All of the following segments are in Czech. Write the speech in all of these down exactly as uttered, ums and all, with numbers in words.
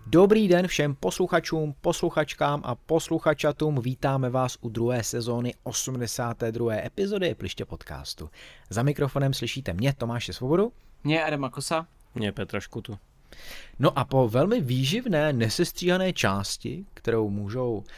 Dobrý den všem posluchačům, posluchačkám a posluchačatům. Vítáme vás u druhé sezóny osmdesáté druhé epizody Pliště podcastu. Za mikrofonem slyšíte mě, Tomáše Svobodu. Mě, Adama Kosa. Mě, Petra Škutu. No a po velmi výživné, nesestříhané části, kterou můžou uh,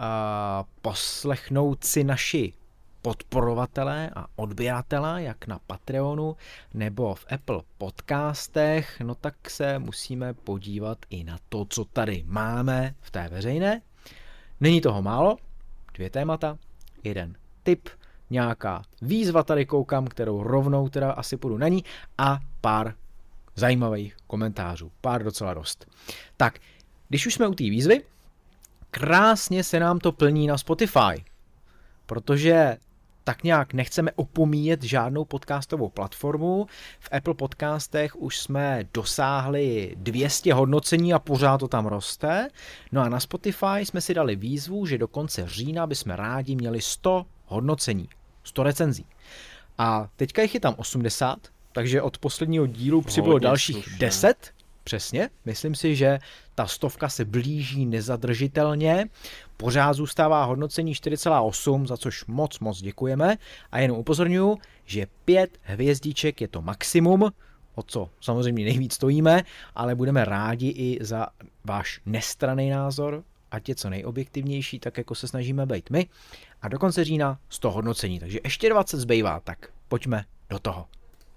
poslechnout si naši podporovatelé a odběratelé, jak na Patreonu nebo v Apple podcastech, no tak se musíme podívat i na to, co tady máme v té veřejné. Není toho málo, dvě témata, jeden tip, nějaká výzva tady koukám, kterou rovnou teda asi půjdu na ní a pár zajímavých komentářů, pár docela dost. Tak, když už jsme u té výzvy, krásně se nám to plní na Spotify, protože tak nějak nechceme opomíjet žádnou podcastovou platformu. V Apple podcastech už jsme dosáhli dvě stě hodnocení a pořád to tam roste. No a na Spotify jsme si dali výzvu, že do konce října bychom rádi měli sto hodnocení, sto recenzí. A teďka jich je tam osmdesát, takže od posledního dílu přibylo dalších slušné. deset. Přesně, myslím si, že ta stovka se blíží nezadržitelně. Pořád zůstává hodnocení čtyři celá osm, za což moc, moc děkujeme. A jenom upozorňuji, že pět hvězdiček je to maximum, o co samozřejmě nejvíc stojíme, ale budeme rádi i za váš nestranný názor, ať je co nejobjektivnější, tak jako se snažíme být my. A do konce října sto hodnocení, takže ještě dvacet zbývá, tak pojďme do toho.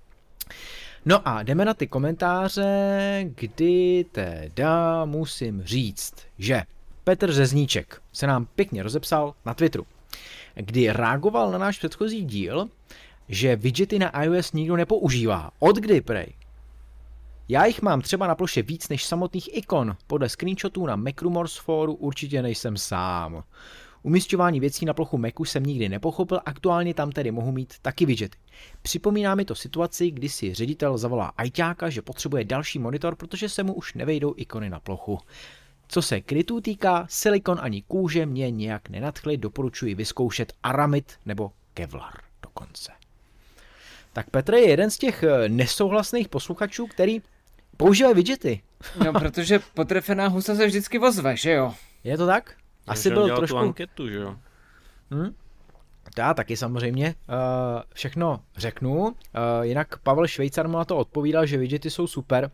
No a jdeme na ty komentáře, kdy teda musím říct, že Petr Řezníček se nám pěkně rozepsal na Twitteru, kdy reagoval na náš předchozí díl, že widgety na iOS nikdo nepoužívá. Od kdy, prej? Já jich mám třeba na ploše víc než samotných ikon. Podle screenshotů na Macrumors fóru určitě nejsem sám. Umisťování věcí na plochu Macu jsem nikdy nepochopil, aktuálně tam tedy mohu mít taky widgety. Připomíná mi to situaci, kdy si ředitel zavolá ajťáka, že potřebuje další monitor, protože se mu už nevejdou ikony na plochu. Co se krytů týká, silikon ani kůže mě nějak nenadchly, doporučuji vyzkoušet aramid nebo kevlar dokonce. Tak Petr je jeden z těch nesouhlasných posluchačů, který používají widgety. No, protože potrefená husa se vždycky ozve, že jo? Je to tak? Asi byl trošku... tu anketu, že jo? Hmm? Já taky samozřejmě uh, všechno řeknu, uh, jinak Pavel Švejcar mu na to odpovídal, že widgety jsou super,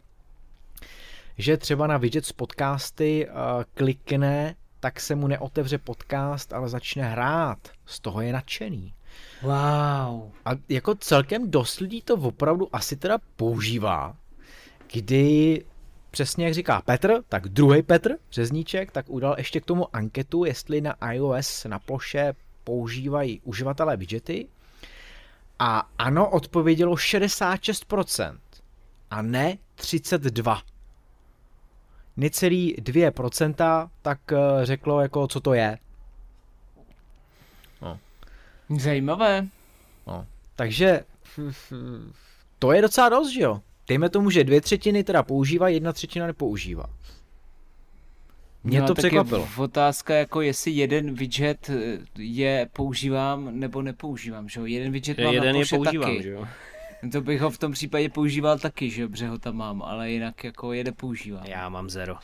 že třeba na widget z podcasty uh, klikne, tak se mu neotevře podcast, ale začne hrát, z toho je nadšený. Wow. A jako celkem dost lidí to opravdu asi teda používá, kdy... Přesně jak říká Petr, tak druhý Petr Řezníček, tak udal ještě k tomu anketu, jestli na iOS na ploše používají uživatelé widgety. A ano, odpovědělo šedesát šest procent a ne třicet dva procent. Necelý dvě procenta tak řeklo, jako co to je. No. Zajímavé. No. Takže to je docela dost, že jo? Dejme tomu, že dvě třetiny teda používá, jedna třetina nepoužívá. Mě no, to překvapilo. Otázka jako jestli jeden widget je používám nebo nepoužívám, že jo? Jeden widget mám jeden na ploše je používám, taky. Že jo? To bych ho v tom případě používal taky, že jo, protože ho tam mám, ale jinak jako je nepoužívám. Já mám zero.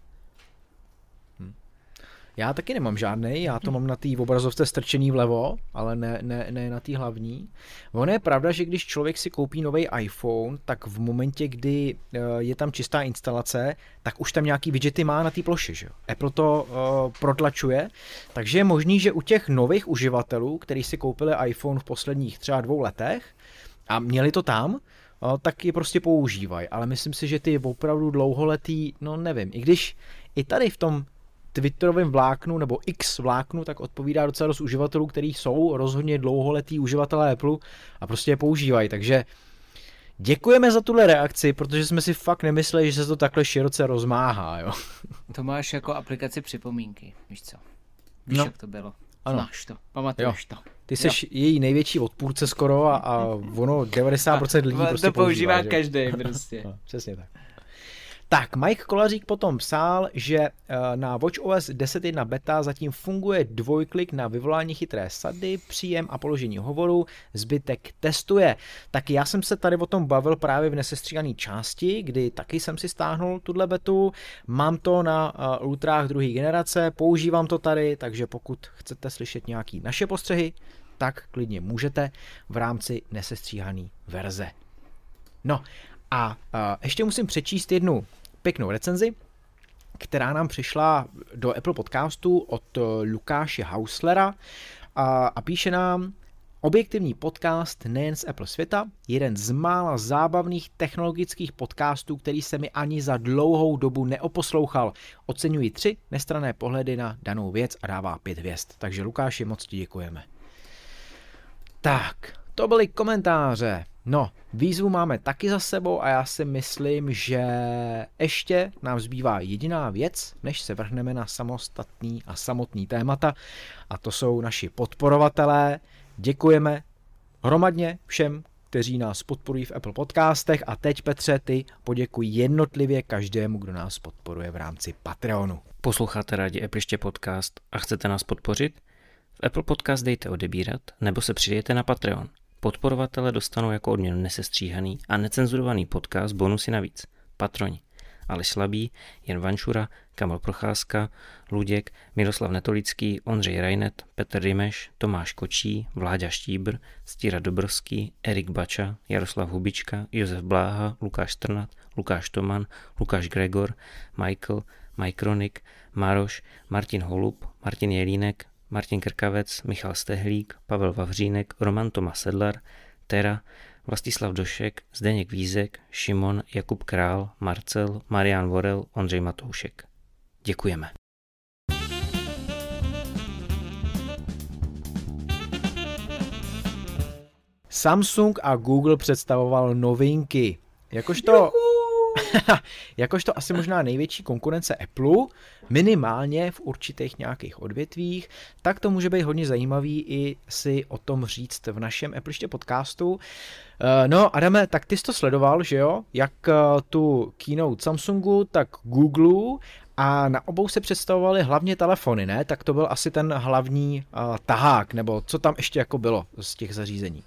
Já taky nemám žádnej, já to mám na té obrazovce strčený vlevo, ale ne, ne, ne na té hlavní. Ono je pravda, že když člověk si koupí nový iPhone, tak v momentě, kdy je tam čistá instalace, tak už tam nějaký widgety má na té ploše, že jo. Apple to uh, protlačuje, takže je možný, že u těch nových uživatelů, kteří si koupili iPhone v posledních třeba dvou letech a měli to tam, uh, tak je prostě používají, ale myslím si, že ty opravdu dlouholetý, no nevím, i když i tady v tom Twitterovém vláknu nebo X vláknu, tak odpovídá docela dost uživatelů, kteří jsou rozhodně dlouholetí uživatelé Apple a prostě je používají, takže děkujeme za tuhle reakci, protože jsme si fakt nemysleli, že se to takhle široce rozmáhá, jo. To máš jako aplikaci připomínky, víš co? Víš, no. Jak to bylo? Ano. Znáš to, pamatuješ to. Ty jsi její největší odpůrce skoro a, a ono devadesát procent lidí a prostě to používá používá každý prostě. No, přesně tak. Tak, Mike Kolařík potom psal, že na watchOS deset tečka jedna beta zatím funguje dvojklik na vyvolání chytré sady, příjem a položení hovoru, zbytek testuje. Tak já jsem se tady o tom bavil právě v nesestříhané části, kdy taky jsem si stáhnul tuhle betu, mám to na ultrách druhé generace, používám to tady, takže pokud chcete slyšet nějaký naše postřehy, tak klidně můžete v rámci nesestříhané verze. No a uh, ještě musím přečíst jednu pěknou recenzi, která nám přišla do Apple podcastu od Lukáše Hauslera a, a píše nám: objektivní podcast nejen z Apple světa, jeden z mála zábavných technologických podcastů, který se mi ani za dlouhou dobu neoposlouchal. Oceňuji tři nestranné pohledy na danou věc a dává pět hvězd. Takže Lukáši, moc ti děkujeme. Tak, to byly komentáře. No, výzvu máme taky za sebou a já si myslím, že ještě nám zbývá jediná věc, než se vrhneme na samostatný a samotný témata, a to jsou naši podporovatelé. Děkujeme hromadně všem, kteří nás podporují v Apple podcastech, a teď, Petře, ty poděkuj jednotlivě každému, kdo nás podporuje v rámci Patreonu. Posloucháte rádi Appliště podcast a chcete nás podpořit? V Apple Podcast dejte odebírat nebo se přidejte na Patreon. Podporovatele dostanou jako odměnu nesestříhaný a necenzurovaný podcast bonusy navíc. Patroni: Aleš Slabý, Jan Vančura, Kamal Procházka, Luděk, Miroslav Netolický, Ondřej Rajnet, Petr Rimeš, Tomáš Kočí, Vláďa Štíbr, Stíra Dobrovský, Erik Bača, Jaroslav Hubička, Josef Bláha, Lukáš Trnat, Lukáš Toman, Lukáš Gregor, Michael, Mike Ronik, Maroš, Martin Holub, Martin Jelínek, Martin Krkavec, Michal Stehlík, Pavel Vavřínek, Roman Tomas Sedlar, Tera, Vlastislav Došek, Zdeněk Vízek, Šimon, Jakub Král, Marcel, Marian Vorel, Ondřej Matoušek. Děkujeme. Samsung a Google představoval novinky. Jakožto, jakožto asi možná největší konkurence Apple, minimálně v určitých nějakých odvětvích, tak to může být hodně zajímavý i si o tom říct v našem Appliště podcastu. No, Adame, tak ty jsi to sledoval, že jo? Jak tu keynote Samsungu, tak Googleu, a na obou se představovaly hlavně telefony, ne? Tak to byl asi ten hlavní uh, tahák, nebo co tam ještě jako bylo z těch zařízení?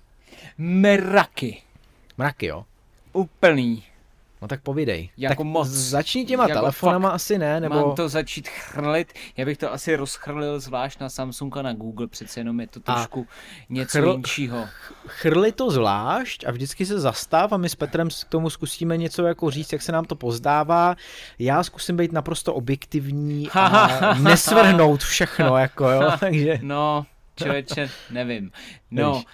Mraky. Mraky, jo? Úplný. No tak povídej. Jako tak moc. Začni těma jako telefonama fakt. asi ne, nebo... Mám to začít chrlit, já bych to asi rozchrlil zvlášť na Samsung a na Google, přece jenom je to trošku a něco chrl... jinčího. Chrli to zvlášť a vždycky se zastav a my s Petrem k tomu zkusíme něco jako říct, jak se nám to pozdává. Já zkusím být naprosto objektivní a nesvrhnout všechno, jako jo, takže... No, člověče, nevím. No, uh,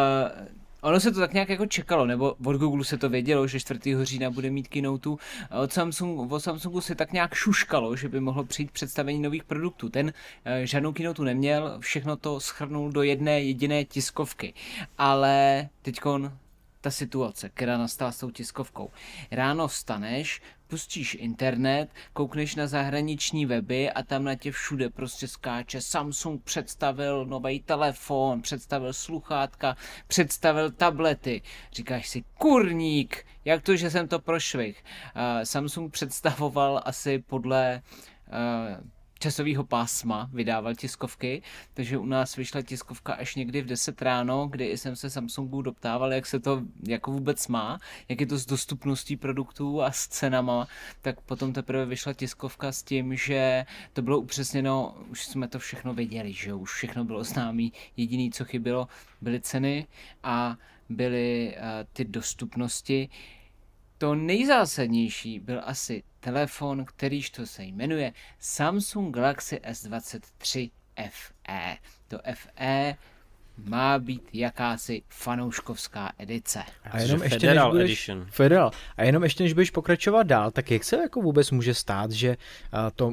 ono se to tak nějak jako čekalo, nebo od Google se to vědělo, že čtvrtého října bude mít keynote. Od Samsungu, od Samsungu se tak nějak šuškalo, že by mohlo přijít představení nových produktů. Ten uh, žádnou keynote neměl, všechno to shrnul do jedné jediné tiskovky. Ale teďkon ta situace, která nastala s tou tiskovkou. Ráno vstaneš, pustíš internet, koukneš na zahraniční weby a tam na tě všude prostě skáče: Samsung představil nový telefon, představil sluchátka, představil tablety. Říkáš si, kurník, jak to, že jsem to prošvih. Uh, Samsung představoval asi podle uh, časového pásma, vydával tiskovky, takže u nás vyšla tiskovka až někdy v deset ráno, kdy jsem se Samsungu doptával, jak se to jako vůbec má, jak je to s dostupností produktů a s cenama, tak potom teprve vyšla tiskovka s tím, že to bylo upřesněno, už jsme to všechno věděli, že už všechno bylo známý, jediný, co chybělo, byly ceny a byly uh, ty dostupnosti. To nejzásadnější byl asi telefon, kterýž to se jmenuje Samsung Galaxy S dvacet tři F E. To F E má být jakási fanouškovská edice. A jenom ještě Federal než budeš, Federal. A jenom ještě než budeš pokračovat dál, tak jak se jako vůbec může stát, že to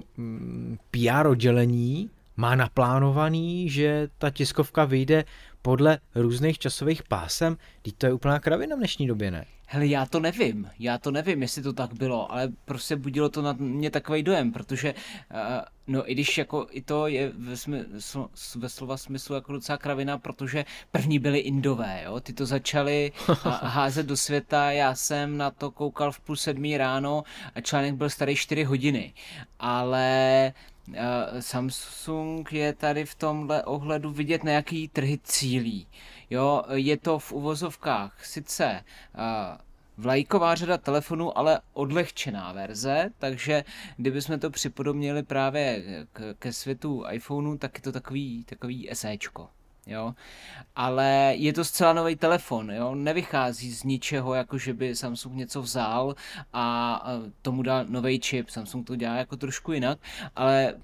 P R oddělení má naplánovaný, že ta tiskovka vyjde podle různých časových pásem? Teď to je úplná kravina v dnešní době, ne? Hele, já to nevím, já to nevím, jestli to tak bylo, ale prostě budilo to na mě takovej dojem, protože, uh, no i když jako i to je ve, smyslu, ve slova smyslu jako docela kravina, protože první byli Indové, jo, ty to začali házet do světa, já jsem na to koukal v půl sedmí ráno a článek byl starý čtyři hodiny, ale... Uh, Samsung je tady v tomhle ohledu vidět, na jaký trhy cílí. Jo, je to v uvozovkách sice uh, vlajková řada telefonů, ale odlehčená verze, takže kdybychom to připodobnili právě k, ke světu iPhoneu, tak je to takový, takový SEčko. Jo, ale je to zcela nový telefon, jo, nevychází z ničeho, jako že by Samsung něco vzal a tomu dal nový čip, Samsung to dělá jako trošku jinak, ale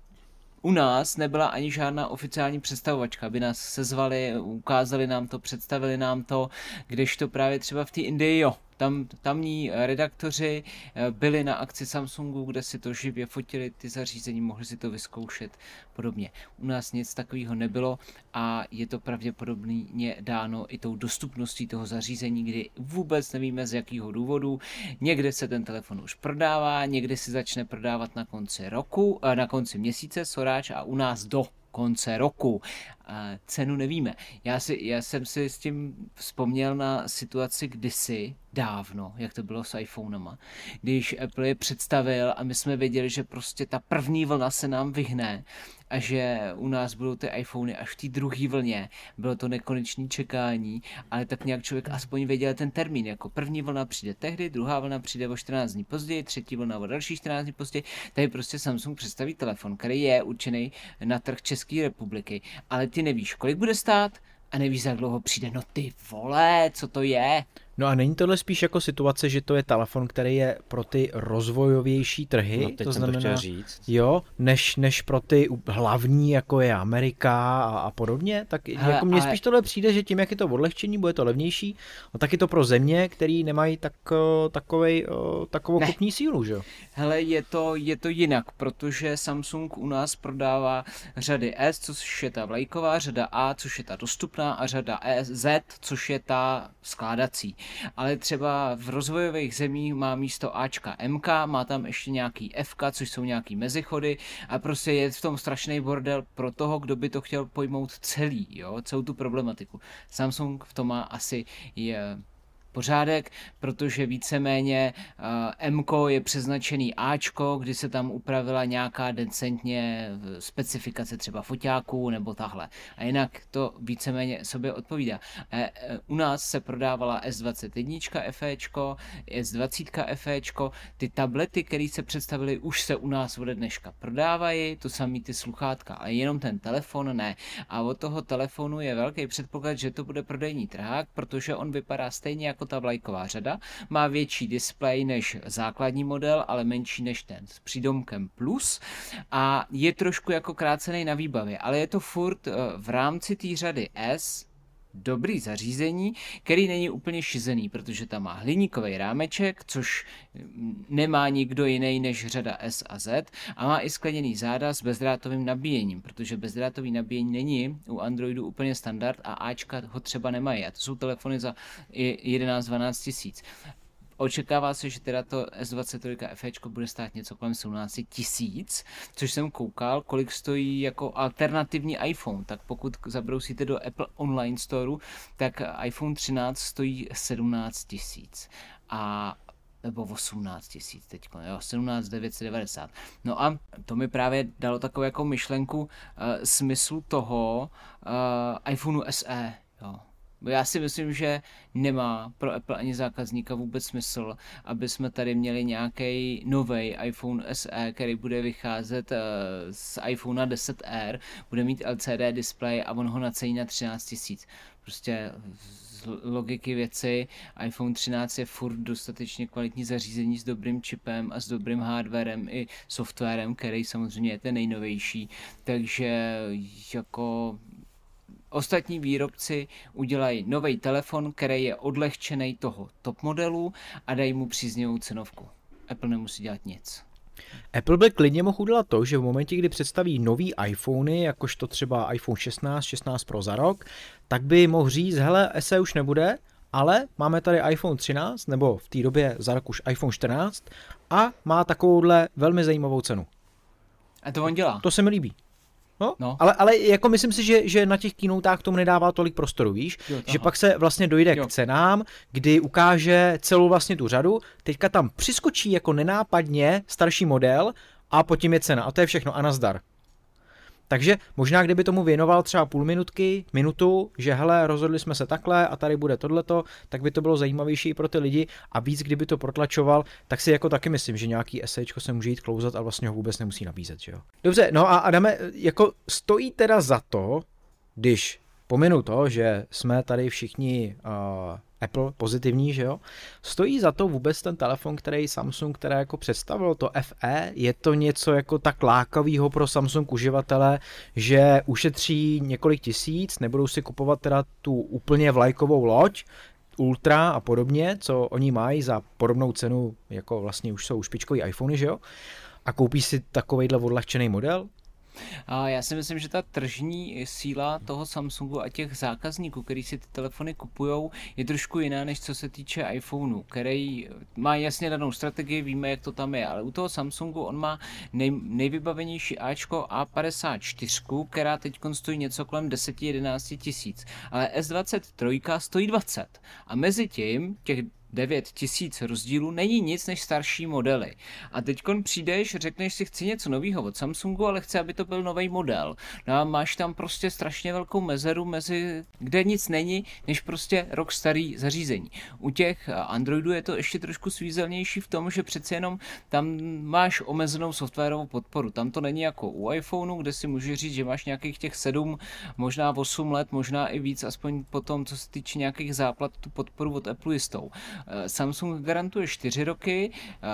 u nás nebyla ani žádná oficiální představovačka, aby nás sezvali, ukázali nám to, představili nám to, kdežto právě třeba v té Indii, jo, tam tamní redaktoři byli na akci Samsungu, kde si to živě fotili, ty zařízení, mohli si to vyzkoušet podobně. U nás nic takového nebylo a je to pravděpodobně dáno i tou dostupností toho zařízení, kdy vůbec nevíme z jakého důvodu. Někde se ten telefon už prodává, někde si začne prodávat na konci roku, na konci měsíce, soráč, a u nás do konce roku. A cenu nevíme. Já, si, já jsem si s tím vzpomněl na situaci kdysi dávno, jak to bylo s iPhonema, když Apple je představil a my jsme věděli, že prostě ta první vlna se nám vyhne a že u nás budou ty iPhony až v té druhé vlně. Bylo to nekonečné čekání, ale tak nějak člověk aspoň věděl ten termín, jako první vlna přijde tehdy, druhá vlna přijde o čtrnáct dní později, třetí vlna o další čtrnáct dní později. Tady prostě Samsung představí telefon, který je určený na trh České republiky, ale ty nevíš, kolik bude stát a nevíš, jak dlouho přijde. No ty vole, co to je? No a není tohle spíš jako situace, že to je telefon, který je pro ty rozvojovější trhy, no, teď to jsem znamená, to chtěl říct. Jo, než, než pro ty hlavní, jako je Amerika a, a podobně, tak Hele, jako mně ale... spíš tohle přijde, že tím, jak je to odlehčení, bude to levnější, no tak je to pro země, který nemají tak, takovej, takovou ne. kupní sílu, že jo? Hele, je to, je to jinak, protože Samsung u nás prodává řady S, což je ta vlajková, řada A, což je ta dostupná, a řada E, Z, což je ta skládací. Ale třeba v rozvojových zemích má místo Ačka M K, má tam ještě nějaký F K, což jsou nějaký mezichody, a prostě je v tom strašný bordel pro toho, kdo by to chtěl pojmout celý, jo, celou tu problematiku. Samsung v tom má asi je pořádek, protože víceméně uh, M-ko je přeznačený Ačko, kdy se tam upravila nějaká decentně specifikace třeba foťáků nebo tahle. A jinak to víceméně sobě odpovídá. E, e, u nás se prodávala S dvacet jedna FEčko, S dvacet FEčko, ty tablety, které se představily, už se u nás ode dneška prodávají, to samý ty sluchátka, ale jenom ten telefon ne. A od toho telefonu je velký předpoklad, že to bude prodejní trhák, protože on vypadá stejně jako ta vlajková řada, má větší displej než základní model, ale menší než ten s přídomkem plus a je trošku jako krácený na výbavě, ale je to furt v rámci té řady S dobrý zařízení, který není úplně šizený, protože tam má hliníkový rámeček, což nemá nikdo jiný než řada S a Z, a má i skleněný záda s bezdrátovým nabíjením, protože bezdrátový nabíjení není u Androidu úplně standard a Ačka ho třeba nemají, a to jsou telefony za jedenáct dvanáct tisíc. Očekává se, že teda to S dvacet tři FEčko bude stát něco kolem sedmnáct tisíc, což jsem koukal, kolik stojí jako alternativní iPhone. Tak pokud zabrousíte do Apple Online Store, tak iPhone třináct stojí sedmnáct tisíc. A nebo osmnáct tisíc teď, jo, sedmnáct tisíc devět set devadesát. No a to mi právě dalo takovou jako myšlenku uh, smyslu toho uh, iPhoneu S E, jo. Já si myslím, že nemá pro Apple ani zákazníka vůbec smysl, aby jsme tady měli nějaký nový iPhone S E, který bude vycházet uh, z iPhone deset R, bude mít L C D display a on ho nacení na třináct tisíc. Prostě z logiky věci iPhone třináct je furt dostatečně kvalitní zařízení s dobrým čipem a s dobrým hardwarem i softwarem, který samozřejmě je ten nejnovější, takže jako ostatní výrobci udělají nový telefon, který je odlehčený toho top modelu a dají mu příznivou cenovku. Apple nemusí dělat nic. Apple by klidně mohl udělat to, že v momentě, kdy představí nový iPhony, jakožto třeba iPhone šestnáct, šestnáct Pro za rok, tak by mohl říct, hele, S E už nebude, ale máme tady iPhone třináct, nebo v té době za rok už iPhone čtrnáct a má takovouhle velmi zajímavou cenu. A to on dělá. To se mi líbí. No, no. Ale, ale jako myslím si, že, že na těch keynoteách tomu nedává tolik prostoru, víš? Jo, že pak se vlastně dojde jo. k cenám, kdy ukáže celou vlastně tu řadu, teďka tam přiskočí jako nenápadně starší model a potom je cena a to je všechno a nazdar. Takže možná kdyby tomu věnoval třeba půl minutky, minutu, že hele, rozhodli jsme se takhle a tady bude tohleto, tak by to bylo zajímavější i pro ty lidi a víc kdyby to protlačoval, tak si jako taky myslím, že nějaký esejčko se může jít klouzat a vlastně ho vůbec nemusí nabízet, že jo. Dobře, no a Adame, jako stojí teda za to, když pominu to, že jsme tady všichni uh, Apple pozitivní, že jo, stojí za to vůbec ten telefon, který Samsung, které jako představil, to F E, je to něco jako tak lákavýho pro Samsung uživatele, že ušetří několik tisíc, nebudou si kupovat teda tu úplně vlajkovou loď, Ultra a podobně, co oni mají za podobnou cenu, jako vlastně už jsou špičkový iPhony, že jo, a koupí si takovejhle odlehčený model. A já si myslím, že ta tržní síla toho Samsungu a těch zákazníků, kteří si ty telefony kupujou, je trošku jiná, než co se týče iPhoneu, který má jasně danou strategii, víme, jak to tam je, ale u toho Samsungu on má nej, nejvybavenější Ačko A padesát čtyři, která teď stojí něco kolem deset jedenáct tisíc, ale S dvacet tři stojí dvacet a mezi tím těch devět tisíc rozdílů není nic než starší modely. A teďkon přijdeš, řekneš si, chci něco nového od Samsungu, ale chci, aby to byl nový model. No a máš tam prostě strašně velkou mezeru mezi, kde nic není, než prostě rok starý zařízení. U těch Androidů je to ještě trošku svízelnější v tom, že přece jenom tam máš omezenou softwarovou podporu. Tam to není jako u iPhoneu, kde si můžeš říct, že máš nějakých těch sedm, možná osm let, možná i víc, aspoň potom, co se týče nějakých záplat, tu podporu od Apple jistou. Samsung garantuje čtyři roky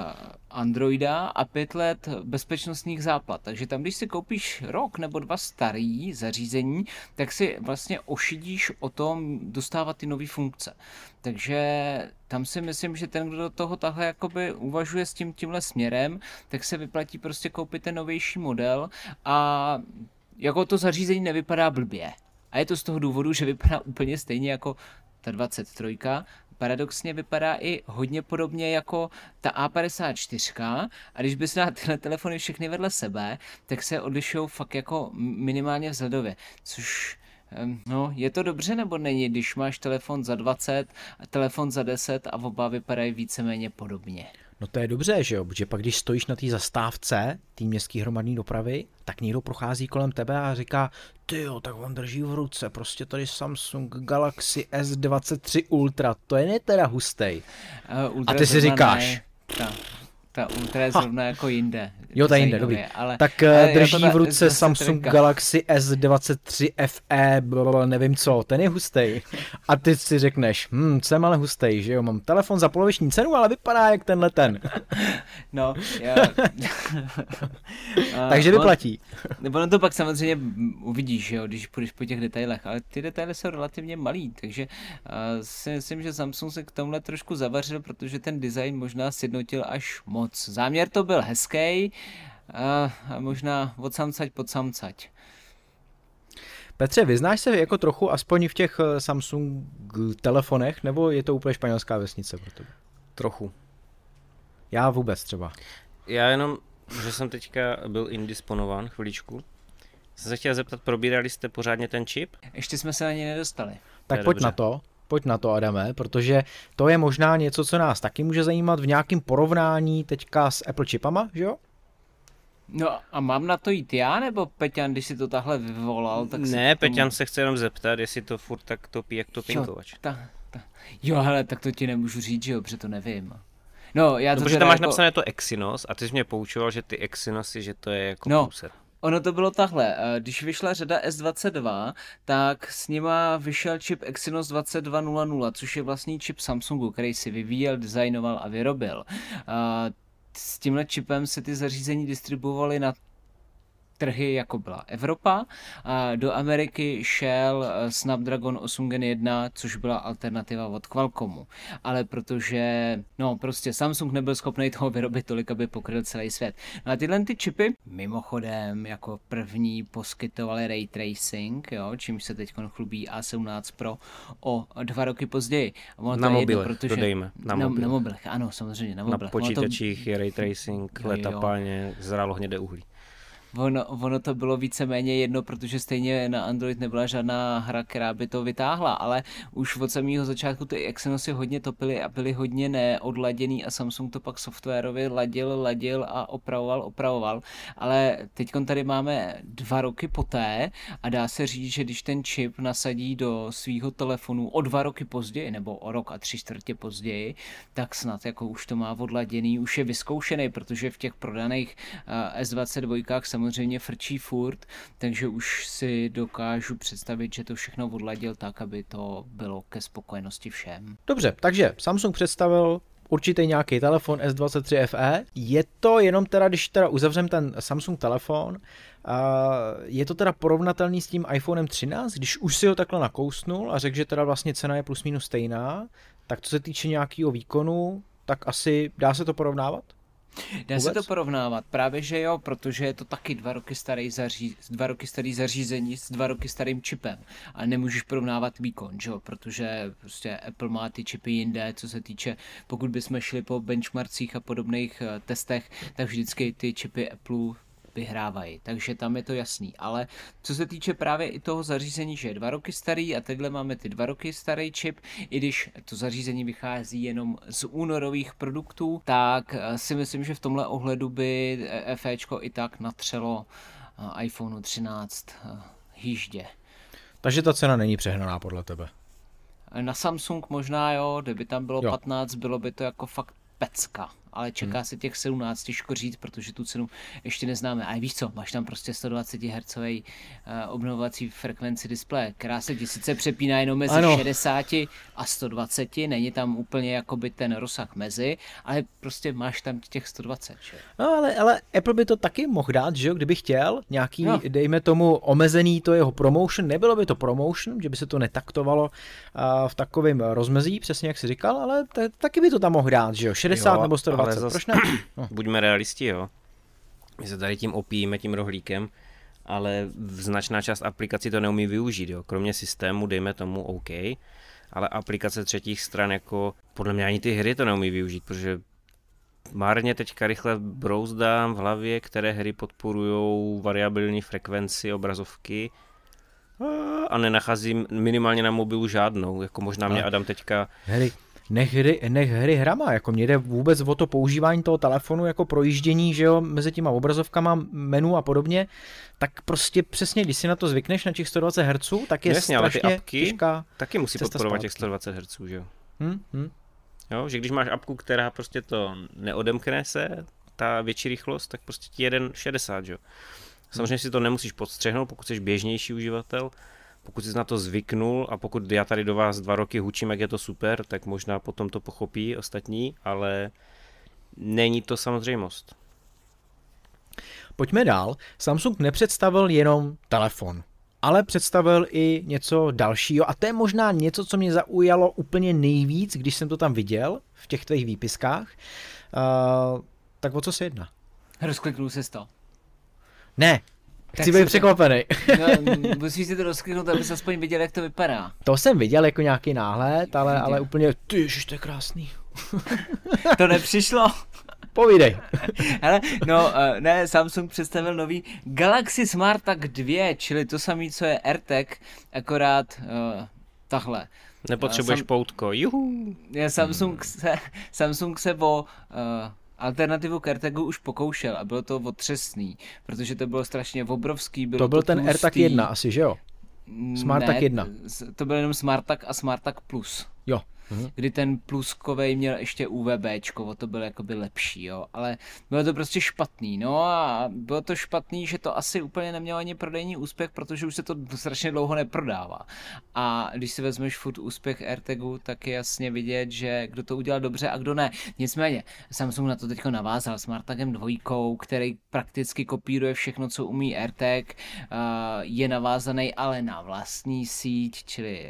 Androida a pět let bezpečnostních záplat. Takže tam, když si koupíš rok nebo dva starý zařízení, tak si vlastně ošidíš o tom dostávat ty nové funkce. Takže tam si myslím, že ten, kdo do toho takhle jakoby uvažuje s tím tímhle směrem, tak se vyplatí prostě koupit ten novější model a jako to zařízení nevypadá blbě. A je to z toho důvodu, že vypadá úplně stejně jako ta dvacet tři, paradoxně vypadá i hodně podobně jako ta A padesát čtyři a když bys dal tyhle telefony všechny vedle sebe, tak se odlišují fakt jako minimálně vzhledově, což no, je to dobře nebo není, když máš telefon za dvacet a telefon za deset a oba vypadají víceméně podobně. No to je dobře, že jo, protože pak když stojíš na té zastávce té městské hromadné dopravy, tak někdo prochází kolem tebe a říká, tyjo, tak on drží v ruce, prostě tady Samsung Galaxy S dvacet tři Ultra, to je ne teda hustej. Uh, a ty si říkáš... Ne, ta, ta Ultra je zrovna ha. jako jinde. Jo, ta jinde, dobrý. Ale, tak ale drží v ruce Samsung Galaxy S dvacet tři F E, blablabla, nevím co, ten je hustej. A ty si řekneš, hm, jsem ale hustej, že jo, mám telefon za poloviční cenu, ale vypadá jak tenhle ten. No, já... Takže vyplatí. Nebo no to pak samozřejmě uvidíš, jo, když půjdeš po těch detailech, ale ty detaily jsou relativně malý, takže uh, si myslím, že Samsung se k tomuhle trošku zavařil, protože ten design možná sjednotil až moc. Záměr to byl hezký, uh, a možná od samcať pod samcať. Petře, vyznáš se jako trochu aspoň v těch Samsung telefonech, nebo je to úplně španělská vesnice pro tebe? Trochu. Já vůbec třeba. Já jenom, že jsem teďka byl indisponován chviličku. Jsem se chtěl zeptat, probírali jste pořádně ten čip? Ještě jsme se ani nedostali. Tak pojď dobře. na to. Pojď na to, Adame, protože to je možná něco, co nás taky může zajímat v nějakém porovnání teďka s Apple čipama, že jo? No a mám na to jít já, nebo Peťan, když si to takhle vyvolal, tak Ne, tomu... Peťan se chce jenom zeptat, jestli to furt tak topí, jak to pinkovač. Jo, ta, ta. jo, hele, tak to ti nemůžu říct, že jo, protože to nevím. No, já to no, protože tam máš jako... napsané to Exynos a ty jsi mě poučoval, že ty Exynosy, že to je jako no. průser. Ono to bylo takhle, když vyšla řada S dvacet dva, tak s nima vyšel čip Exynos dvacet dva nula nula, což je vlastní čip Samsungu, který si vyvíjel, designoval a vyrobil. S tímhle čipem se ty zařízení distribuovaly na trhy, jako byla Evropa. A do Ameriky šel Snapdragon osm gen jedna, což byla alternativa od Qualcommu. Ale protože, no prostě Samsung nebyl schopný toho vyrobit tolik, aby pokryl celý svět. No a tyhle ty čipy mimochodem jako první poskytovaly ray tracing, jo, čímž se teď chlubí A sedmnáct Pro o dva roky později. Na mobilech, protože dodejme. Na, na, na mobilech, ano, samozřejmě, na mobilech. Na počítačích to... je ray tracing, letapálně, zrálo hnědé uhlí. Ono, ono to bylo víceméně jedno, protože stejně na Android nebyla žádná hra, která by to vytáhla, ale už od samého začátku ty Exynosy hodně topily a byly hodně neodladěný a Samsung to pak softwarově ladil, ladil a opravoval, opravoval, ale teď tady máme dva roky poté a dá se říct, že když ten čip nasadí do svýho telefonu o dva roky později, nebo o rok a tři čtvrtě později, tak snad jako už to má odladěný, už je vyzkoušený, protože v těch prodaných uh, S dvacet dva samozřejmě frčí furt, takže už si dokážu představit, že to všechno odladil tak, aby to bylo ke spokojenosti všem. Dobře, takže Samsung představil určitý nějaký telefon S dvacet tři F E. Je to jenom teda, když teda uzavřem ten Samsung telefon, je to teda porovnatelný s tím iPhonem třináct, když už si ho takhle nakousnul a řekl, že teda vlastně cena je plus minus stejná, tak co se týče nějakého výkonu, tak asi dá se to porovnávat? Dá Vůbec? se to porovnávat, právě že jo, protože je to taky dva roky starý, zaří, dva roky starý zařízení s dva roky starým čipem a nemůžeš porovnávat výkon, že jo, protože prostě Apple má ty čipy jinde, co se týče, pokud bychom šli po benchmarkcích a podobných testech, tak vždycky ty čipy Apple vyhrávají, takže tam je to jasný, ale co se týče právě i toho zařízení, že je dva roky starý a teďhle máme ty dva roky starý čip, i když to zařízení vychází jenom z únorových produktů, tak si myslím, že v tomhle ohledu by FEčko i tak natřelo iPhone třináct hýždě. Takže ta cena není přehnaná podle tebe? Na Samsung možná jo, kdyby tam bylo jo. patnáct, bylo by to jako fakt pecka. Ale čeká hmm. se těch sedmnáct, těžko říct, protože tu cenu ještě neznáme. A víš co, máš tam prostě sto dvacet hertzů uh, obnovovací frekvenci displeje, která se ti sice přepíná jenom mezi ano. šedesáti a sto dvaceti, není tam úplně jakoby ten rozsah mezi, ale prostě máš tam těch sto dvacet. Že? No ale, ale Apple by to taky mohl dát, že jo, kdyby chtěl, nějaký, no. dejme tomu, omezený to jeho promotion, nebylo by to promotion, že by se to netaktovalo uh, v takovém rozmezí, přesně jak jsi říkal, ale t- taky by to tam mohl dát, že jo, šedesát jo, nebo sto dvacet. Zas, proč ne? No. Buďme realisti, jo. My se tady tím opijíme, tím rohlíkem, ale značná část aplikací to neumí využít, jo. Kromě systému, dejme tomu OK, ale aplikace třetích stran, jako podle mě ani ty hry to neumí využít, protože márně teďka rychle brouzdám v hlavě, které hry podporují variabilní frekvenci obrazovky a nenacházím minimálně na mobilu žádnou, jako možná mě Adam teďka... Hry. Nech hry, nech hry hrama, jako mě jde vůbec o to používání toho telefonu jako projíždění, že jo, mezi těma obrazovkama, menu a podobně, tak prostě přesně, když si na to zvykneš na těch sto dvacet hertzů, tak je jasně, strašně ale ty apky těžká taky musí podporovat zpátky. těch sto dvacet hertzů, že jo. Hmm, hmm. Jo, že když máš apku, která prostě to neodemkne se, ta větší rychlost, tak prostě ti jeden šedesát, že jo. Samozřejmě hmm. si to nemusíš podstřehnout, pokud jsi běžnější uživatel. Pokud jsi na to zvyknul a pokud já tady do vás dva roky hučím, jak je to super, tak možná potom to pochopí ostatní, ale není to samozřejmost. Pojďme dál. Samsung nepředstavil jenom telefon, ale představil i něco dalšího a to je možná něco, co mě zaujalo úplně nejvíc, když jsem to tam viděl v těch tvých výpiskách. Uh, tak o co se jedná? Rozkliknul jsi to. Ne. Chci být překvapený. No, musíš si to rozkliknout, aby jsi aspoň viděl, jak to vypadá. To jsem viděl jako nějaký náhled, ale, ale úplně, ty ježiš, to je krásný. To nepřišlo? Povídej. Hele, no, ne, Samsung představil nový Galaxy SmartTag dva, čili to samé, co je AirTag, akorát uh, tahle. Nepotřebuješ Sam... poutko, juhu. Samsung se, Samsung se o... Uh, alternativu k AirTagu už pokoušel a bylo to otřesný, protože to bylo strašně obrovský. Bylo to byl to ten tlustý. AirTag jedna asi, že jo? SmartTag ne, jedna. To byl jenom SmartTag a SmartTag Plus. Jo. mm-hmm. kdy ten pluskovej měl ještě U V Bčko, o to bylo jakoby lepší, jo, ale bylo to prostě špatný, no a bylo to špatný, že to asi úplně nemělo ani prodejní úspěch, protože už se to strašně dlouho neprodává. A když si vezmeš furt úspěch AirTagu, tak je jasně vidět, že kdo to udělal dobře a kdo ne. Nicméně, Samsung na to teďko navázal SmartTagem dvojkou, který prakticky kopíruje všechno, co umí AirTag, je navázaný ale na vlastní síť, čili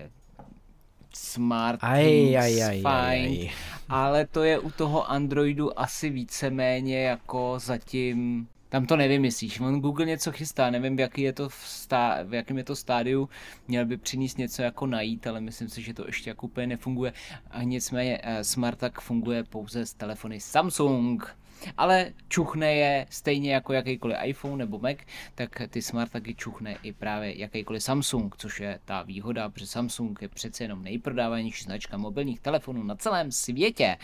SmartThings, fajn, ale to je u toho Androidu asi víceméně jako zatím, tam to nevymyslíš. On Google něco chystá, nevím, v, jaký je to v, stá, v jakém je to stádiu, měl by přinést něco jako najít, ale myslím si, že to ještě jako úplně nefunguje. A nicméně SmartTag funguje pouze s telefony Samsung. Ale čuchne je stejně jako jakýkoliv iPhone nebo Mac, tak ty SmartTagy čuchne i právě jakýkoliv Samsung, což je ta výhoda, protože Samsung je přece jenom nejprodávanější značka mobilních telefonů na celém světě.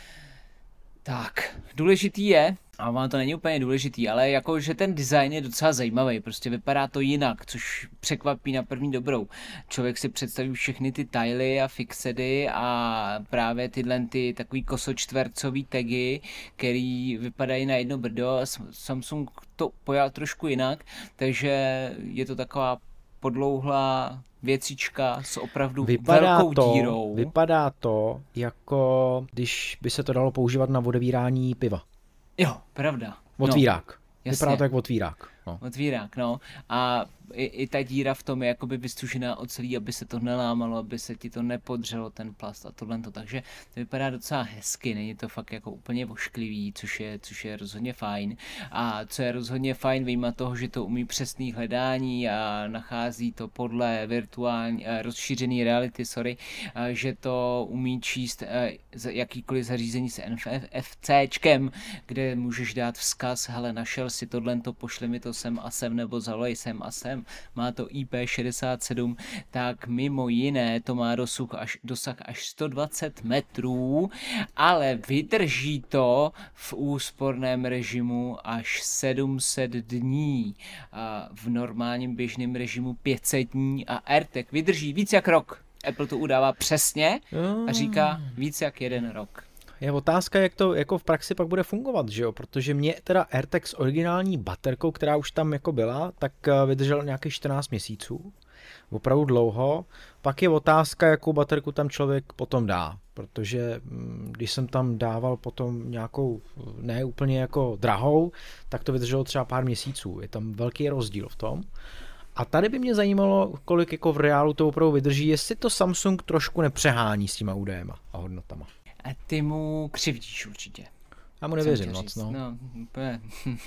Tak, důležitý je, a vám to není úplně důležitý, ale jako, že ten design je docela zajímavý, prostě vypadá to jinak, což překvapí na první dobrou. Člověk si představí všechny ty tily a fixedy a právě tyhle ty takový kosočtvercový tagy, který vypadají na jedno brdo. Samsung to pojal trošku jinak, takže je to taková podlouhlá věcička s opravdu vypadá velkou to, dírou. Vypadá to, jako když by se to dalo používat na odevírání piva. Jo, pravda. Otvírák. No, vypadá to jak otvírák. No. Otvírák, no. A i, i ta díra v tom je jakoby vystužená ocelí, aby se to nelámalo, aby se ti to nepodřelo, ten plast a tohle. Takže to vypadá docela hezky, není to fakt jako úplně vošklivý, což je, což je rozhodně fajn. A co je rozhodně fajn, vyjma toho, že to umí přesný hledání a nachází to podle virtuální, rozšířený reality, sorry, že to umí číst jakýkoliv zařízení s NFCčkem, kde můžeš dát vzkaz, hele, našel si tohle, to pošli mi to sem a sem, nebo zavolej sem a sem, má to I P šedesát sedm, tak mimo jiné to má dosah až, dosah až sto dvacet metrů, ale vydrží to v úsporném režimu až sedm set dní, a v normálním běžném režimu pět set dní a AirTag vydrží víc jak rok. Apple to udává přesně a říká víc jak jeden rok. Je otázka, jak to jako v praxi pak bude fungovat, že jo? Protože mě teda AirTag s originální baterkou, která už tam jako byla, tak vydržel nějakých čtrnáct měsíců. Opravdu dlouho. Pak je otázka, jakou baterku tam člověk potom dá. Protože když jsem tam dával potom nějakou ne úplně jako drahou, tak to vydrželo třeba pár měsíců. Je tam velký rozdíl v tom. A tady by mě zajímalo, kolik jako v reálu to opravdu vydrží, jestli to Samsung trošku nepřehání s těma údajema a hodnotama. A ty mu křivdíš určitě. Já mu nevěřím moc, no. No, úplně.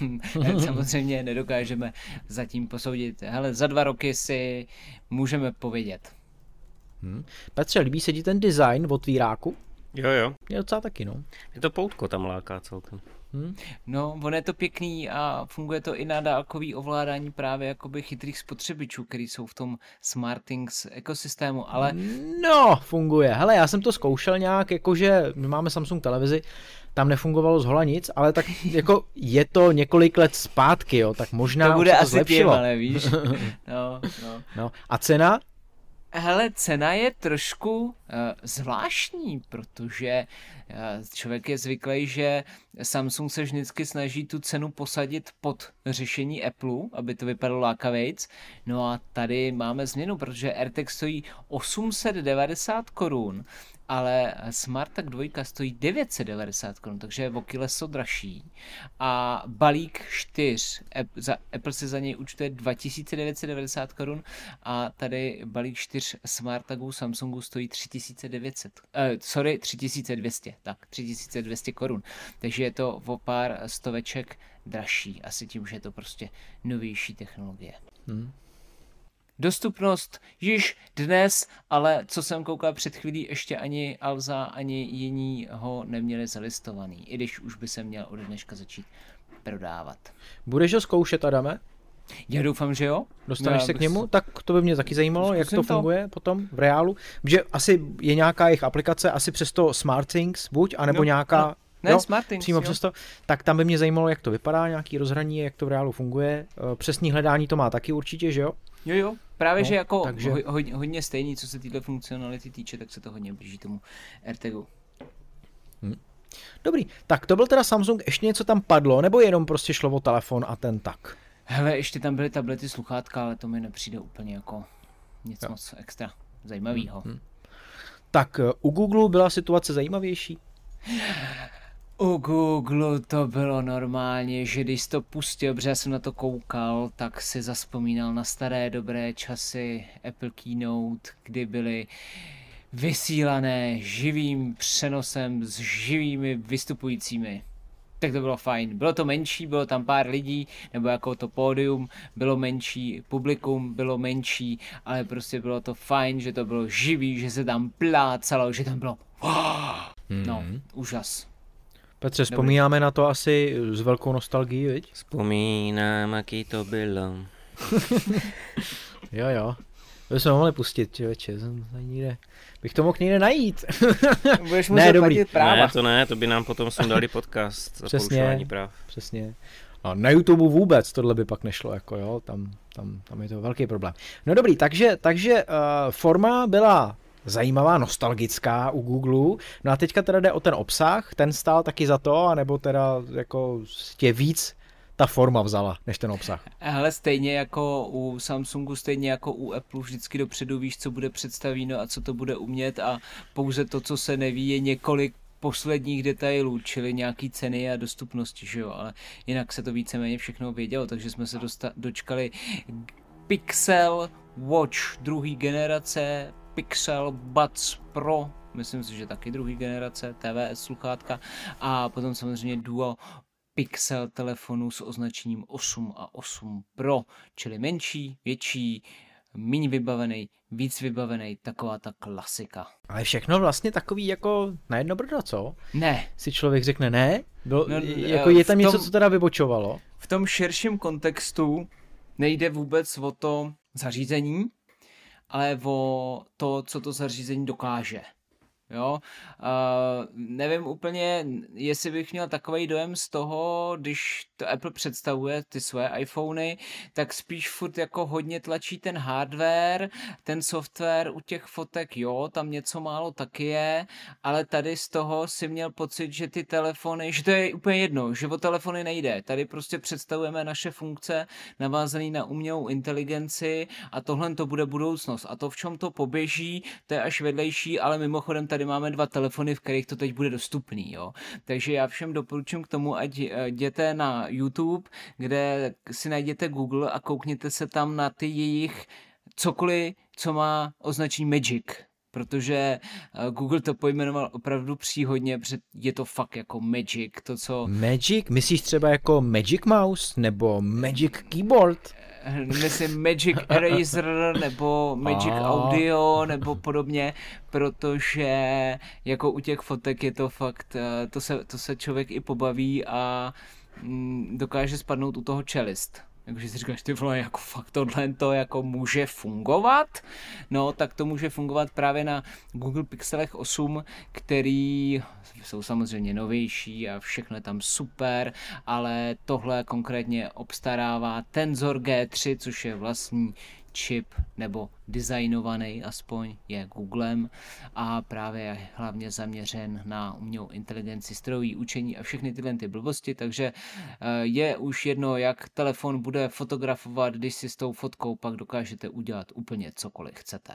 Samozřejmě nedokážeme zatím posoudit. Hele, za dva roky si můžeme povědět. Hmm. Petře, líbí se ti ten design otvíráku? Jo, jo. Je docela taky, no. Je to poutko tam láká celkem. Hmm. No, on je to pěkný a funguje to i na dálkový ovládání právě jakoby chytrých spotřebičů, který jsou v tom SmartThings ekosystému, ale... No, funguje. Hele, já jsem to zkoušel nějak, jakože my máme Samsung televizi, tam nefungovalo zhola nic, ale tak jako je to několik let zpátky, jo, tak možná to bude to asi zlepšilo. Těm, ale víš. No, no. No, a cena? Hele, cena je trošku uh, zvláštní, protože uh, člověk je zvyklý, že Samsung se vždycky snaží tu cenu posadit pod řešení Apple, aby to vypadalo lákavejc. No a tady máme změnu, protože AirTag stojí osm set devadesát korun, ale SmartTag dva stojí devět set devadesát korun, takže je o kileso dražší. A balík čtyř, Apple se za něj účtuje dva tisíce devět set devadesát korun a tady balík čtyř SmartTagů Samsungu stojí tři tisíce devět set, uh, sorry, tři tisíce dvě stě, tak tři tisíce dvě stě korun. Takže je to o pár stoveček dražší, asi tím, že je to prostě novější technologie. Hmm. Dostupnost již dnes, ale co jsem koukal před chvílí, ještě ani Alza, ani jiní ho neměli zalistovaný, i když už by se měl od dneška začít prodávat. Budeš ho zkoušet, Adame? Já doufám, že jo. Dostaneš Já se k bys... němu? Tak to by mě taky zajímalo, jak to, to funguje potom v reálu. Že asi je nějaká jejich aplikace, asi přes to SmartThings buď, anebo no, nějaká... No. Ne, jo, SmartThings, přímo jo. přes to. Tak tam by mě zajímalo, jak to vypadá, nějaký rozhraní, jak to v reálu funguje. Přesný hledání to má taky určitě, že jo? Jo, jo. právě, no, že jako takže... ho, hodně, hodně stejný, co se této funkcionality týče, tak se to hodně blíží tomu AirTagu. Hm. Dobrý, tak to byl teda Samsung, ještě něco tam padlo, nebo jenom prostě šlo o telefon a ten tak? Hele, ještě tam byly tablety, sluchátka, ale to mi nepřijde úplně jako nic jo. moc extra zajímavého. Hm. Tak u Google byla situace zajímavější? U Google to bylo normálně, že když jsi to pustil, protože já jsem na to koukal, tak si zazpomínal na staré dobré časy Apple Keynote, kdy byly vysílané živým přenosem s živými vystupujícími. Tak to bylo fajn. Bylo to menší, bylo tam pár lidí, nebo jako to pódium, bylo menší, publikum bylo menší, ale prostě bylo to fajn, že to bylo živý, že se tam plácalo, že tam bylo no, hmm. úžas. Petře, vzpomínáme na to asi s velkou nostalgií, viď? Vzpomínám, jaký to bylo. jo, jo. To jsme mohli pustit, člověče, někde. Bych to mohl někde najít. Budeš muset platit práva. Ne, to ne, to by nám potom sundali podcast za porušování práv. Přesně. A na YouTube vůbec tohle by pak nešlo, jako jo, tam, tam, tam je to velký problém. No dobrý, takže, takže uh, forma byla zajímavá, nostalgická u Google. No a teďka teda jde o ten obsah, ten stál taky za to, anebo teda jako tě víc ta forma vzala, než ten obsah. Hele, stejně jako u Samsungu, stejně jako u Apple, vždycky dopředu víš, co bude představíno a co to bude umět a pouze to, co se neví, je několik posledních detailů, čili nějaký ceny a dostupnosti, že jo, ale jinak se to víceméně všechno vědělo, takže jsme se dosta- dočkali Pixel Watch druhé generace, Pixel Buds Pro, myslím si, že taky druhé generace, T V S sluchátka a potom samozřejmě Duo Pixel telefonu s označením osm a osm Pro, čili menší, větší, méně vybavený, víc vybavený, taková ta klasika. Ale všechno vlastně takový jako na jedno brdo, co? Ne. Si člověk řekne ne? Byl, no, jako je tam tom, něco, co teda vybočovalo? V tom širším kontextu nejde vůbec o to zařízení, ale o to, co to zařízení dokáže. Jo, uh, nevím úplně, jestli bych měl takovej dojem z toho, když to Apple představuje ty své iPhony, tak spíš furt jako hodně tlačí ten hardware, ten software u těch fotek, jo, tam něco málo taky je, ale tady z toho si měl pocit, že ty telefony, že to je úplně jedno, že o telefony nejde, tady prostě představujeme naše funkce navázané na umělou inteligenci a tohle to bude budoucnost a to, v čem to poběží, to je až vedlejší, ale mimochodem tady máme dva telefony, v kterých to teď bude dostupný, jo. Takže já všem doporučím k tomu, ať jděte na YouTube, kde si najděte Google a koukněte se tam na ty jejich cokoliv, co má označení Magic, protože Google to pojmenoval opravdu příhodně, protože je to fakt jako Magic, to co... Magic? Myslíš třeba jako Magic Mouse nebo Magic Keyboard? Myslím Magic Eraser nebo Magic oh. Audio nebo podobně, protože jako u těch fotek je to fakt, to se, to se člověk i pobaví a mm, dokáže spadnout u toho čelist. Takže si říkáš, ty vole, jako fakt tohle to jako může fungovat? No, tak to může fungovat právě na Google Pixelech osm, který jsou samozřejmě novější a všechno je tam super, ale tohle konkrétně obstarává Tensor G tři, což je vlastní čip, nebo designovaný aspoň, je Googlem a právě je hlavně zaměřen na umělou inteligenci, strojové učení a všechny tyhle ty blbosti, takže je už jedno, jak telefon bude fotografovat, když si s tou fotkou pak dokážete udělat úplně cokoliv chcete.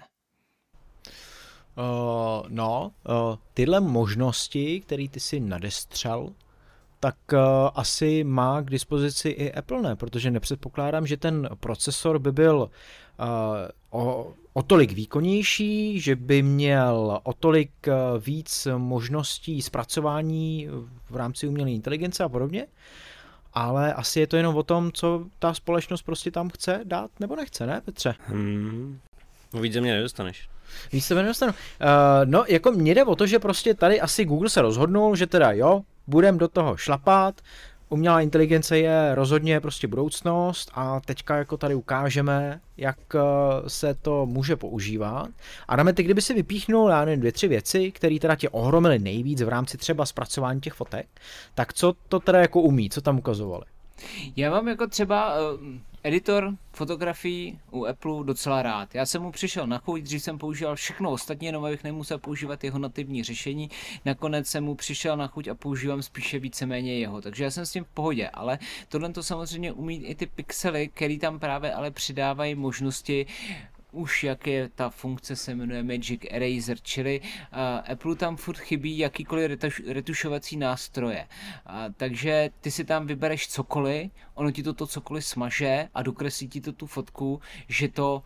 Uh, no, uh, tyhle možnosti, které ty si nadestřel, tak uh, asi má k dispozici i Apple, ne? Protože nepředpokládám, že ten procesor by byl uh, o, o tolik výkonnější, že by měl o tolik uh, víc možností zpracování v rámci umělé inteligence a podobně, ale asi je to jenom o tom, co ta společnost prostě tam chce dát nebo nechce, ne, Petře? Hmm. Víc ze mě nedostaneš. Víc se nedostanu. Uh, no, jako mně jde o to, že prostě tady asi Google se rozhodnul, že teda jo, budem do toho šlapat, umělá inteligence je rozhodně prostě budoucnost a teďka jako tady ukážeme, jak se to může používat. A dáme ty, kdyby si vypíchnul, já nevím, dvě, tři věci, které teda tě ohromily nejvíc v rámci třeba zpracování těch fotek, tak co to teda jako umí, co tam ukazovali? Já mám jako třeba, editor fotografií u Apple docela rád. Já jsem mu přišel na chuť, dřív jsem používal všechno ostatní, jenom abych nemusel používat jeho nativní řešení. Nakonec jsem mu přišel na chuť a používám spíše víceméně jeho, takže já jsem s tím v pohodě, ale tohle to samozřejmě umí i ty pixely, který tam právě ale přidávají možnosti, už jak je ta funkce se jmenuje Magic Eraser, čili uh, Apple tam furt chybí jakýkoliv retuš, retušovací nástroje. Uh, takže ty si tam vybereš cokoliv, ono ti to, to cokoliv smaže a dokreslí ti to tu fotku, že to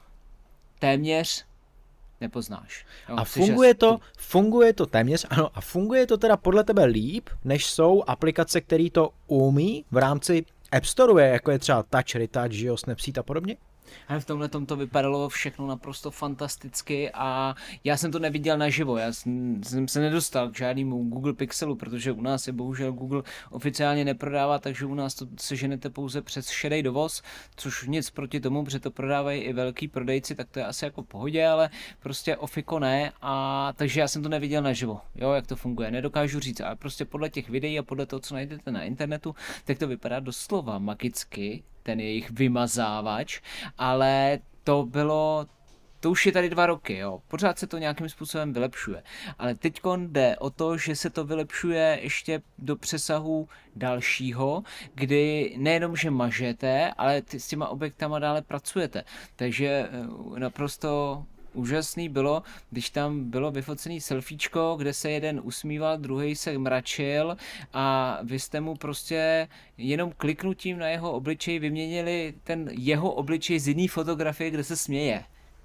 téměř nepoznáš. Jo, a funguje to, funguje to téměř, ano, a funguje to teda podle tebe líp, než jsou aplikace, které to umí v rámci App Store, jako je třeba Touch, Retouch, že jo, Snapseed a podobně? Ale v tomhle tom to vypadalo všechno naprosto fantasticky a já jsem to neviděl naživo, já jsem, jsem se nedostal k žádnému Google Pixelu, protože u nás je bohužel Google oficiálně neprodává, takže u nás to seženete pouze přes šedej dovoz, což nic proti tomu, protože to prodávají i velký prodejci, tak to je asi jako v pohodě, ale prostě ofiko ne, a takže já jsem to neviděl naživo, jo, jak to funguje, nedokážu říct, ale prostě podle těch videí a podle toho, co najdete na internetu, tak to vypadá doslova magicky, ten jejich vymazávač, ale to bylo, to už je tady dva roky, jo, pořád se to nějakým způsobem vylepšuje, ale teďkon jde o to, že se to vylepšuje ještě do přesahu dalšího, kdy nejenom, že mažete, ale ty s těma objektama dále pracujete, takže naprosto úžasný bylo, když tam bylo vyfocený selfiečko, kde se jeden usmíval, druhý se mračil a vy jste mu prostě jenom kliknutím na jeho obličej vyměnili ten jeho obličej z jiný fotografie, kde se směje.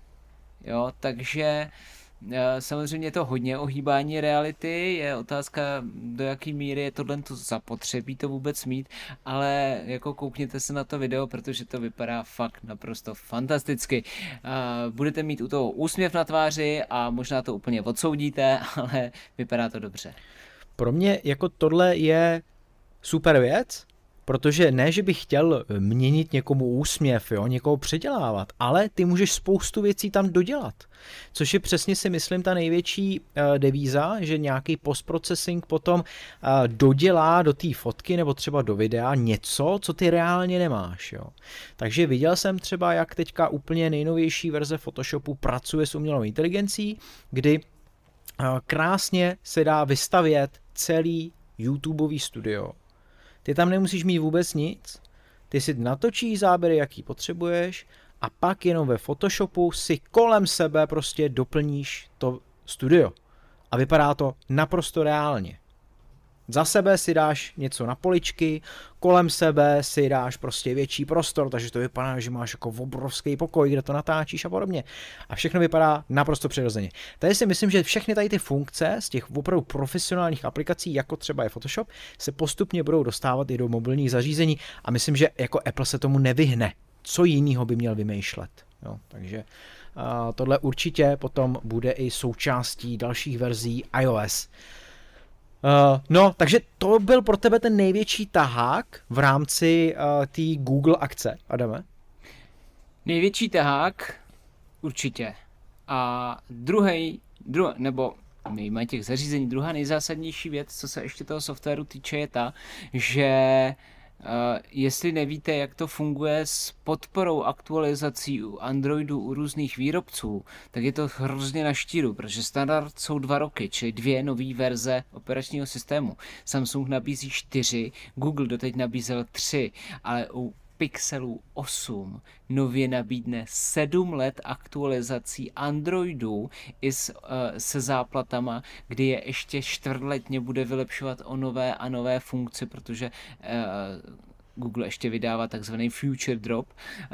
Jo, takže samozřejmě je to hodně ohýbání reality, je otázka, do jaký míry je tohle to zapotřebí to vůbec mít, ale jako koukněte se na to video, protože to vypadá fakt naprosto fantasticky. Budete mít u toho úsměv na tváři a možná to úplně odsoudíte, ale vypadá to dobře. Pro mě jako tohle je super věc, protože ne, že bych chtěl měnit někomu úsměv, jo, někoho předělávat, ale ty můžeš spoustu věcí tam dodělat. Což je přesně, si myslím, ta největší uh, devíza, že nějaký postprocessing potom uh, dodělá do té fotky nebo třeba do videa něco, co ty reálně nemáš. Jo. Takže viděl jsem třeba, jak teďka úplně nejnovější verze Photoshopu pracuje s umělou inteligencí, kdy uh, krásně se dá vystavět celý YouTubeový studio. Ty tam nemusíš mít vůbec nic, ty si natočíš záběry, jaký potřebuješ a pak jenom ve Photoshopu si kolem sebe prostě doplníš to studio. A vypadá to naprosto reálně. Za sebe si dáš něco na poličky, kolem sebe si dáš prostě větší prostor, takže to vypadá, že máš jako obrovský pokoj, kde to natáčíš a podobně. A všechno vypadá naprosto přirozeně. Tady si myslím, že všechny tady ty funkce z těch opravdu profesionálních aplikací, jako třeba je Photoshop, se postupně budou dostávat i do mobilních zařízení a myslím, že jako Apple se tomu nevyhne. Co jiného by měl vymýšlet. Jo, takže uh, tohle určitě potom bude i součástí dalších verzí iOS. Uh, no, takže to byl pro tebe ten největší tahák v rámci uh, té Google akce, Adame? Největší tahák, určitě. A druhý, dru, nebo mimo těch zařízení, druhá nejzásadnější věc, co se ještě toho softwaru týče, je ta, že Uh, jestli nevíte, jak to funguje s podporou aktualizací u Androidu u různých výrobců, tak je to hrozně na štíru, protože standard jsou dva roky, čili dvě nové verze operačního systému. Samsung nabízí čtyři, Google doteď nabízel tři, ale u Pixelu osm nově nabídne sedm let aktualizací Androidu i s, uh, se záplatama, kdy je ještě čtvrtletně bude vylepšovat o nové a nové funkce, protože uh, Google ještě vydává takzvaný Future Drop. Uh,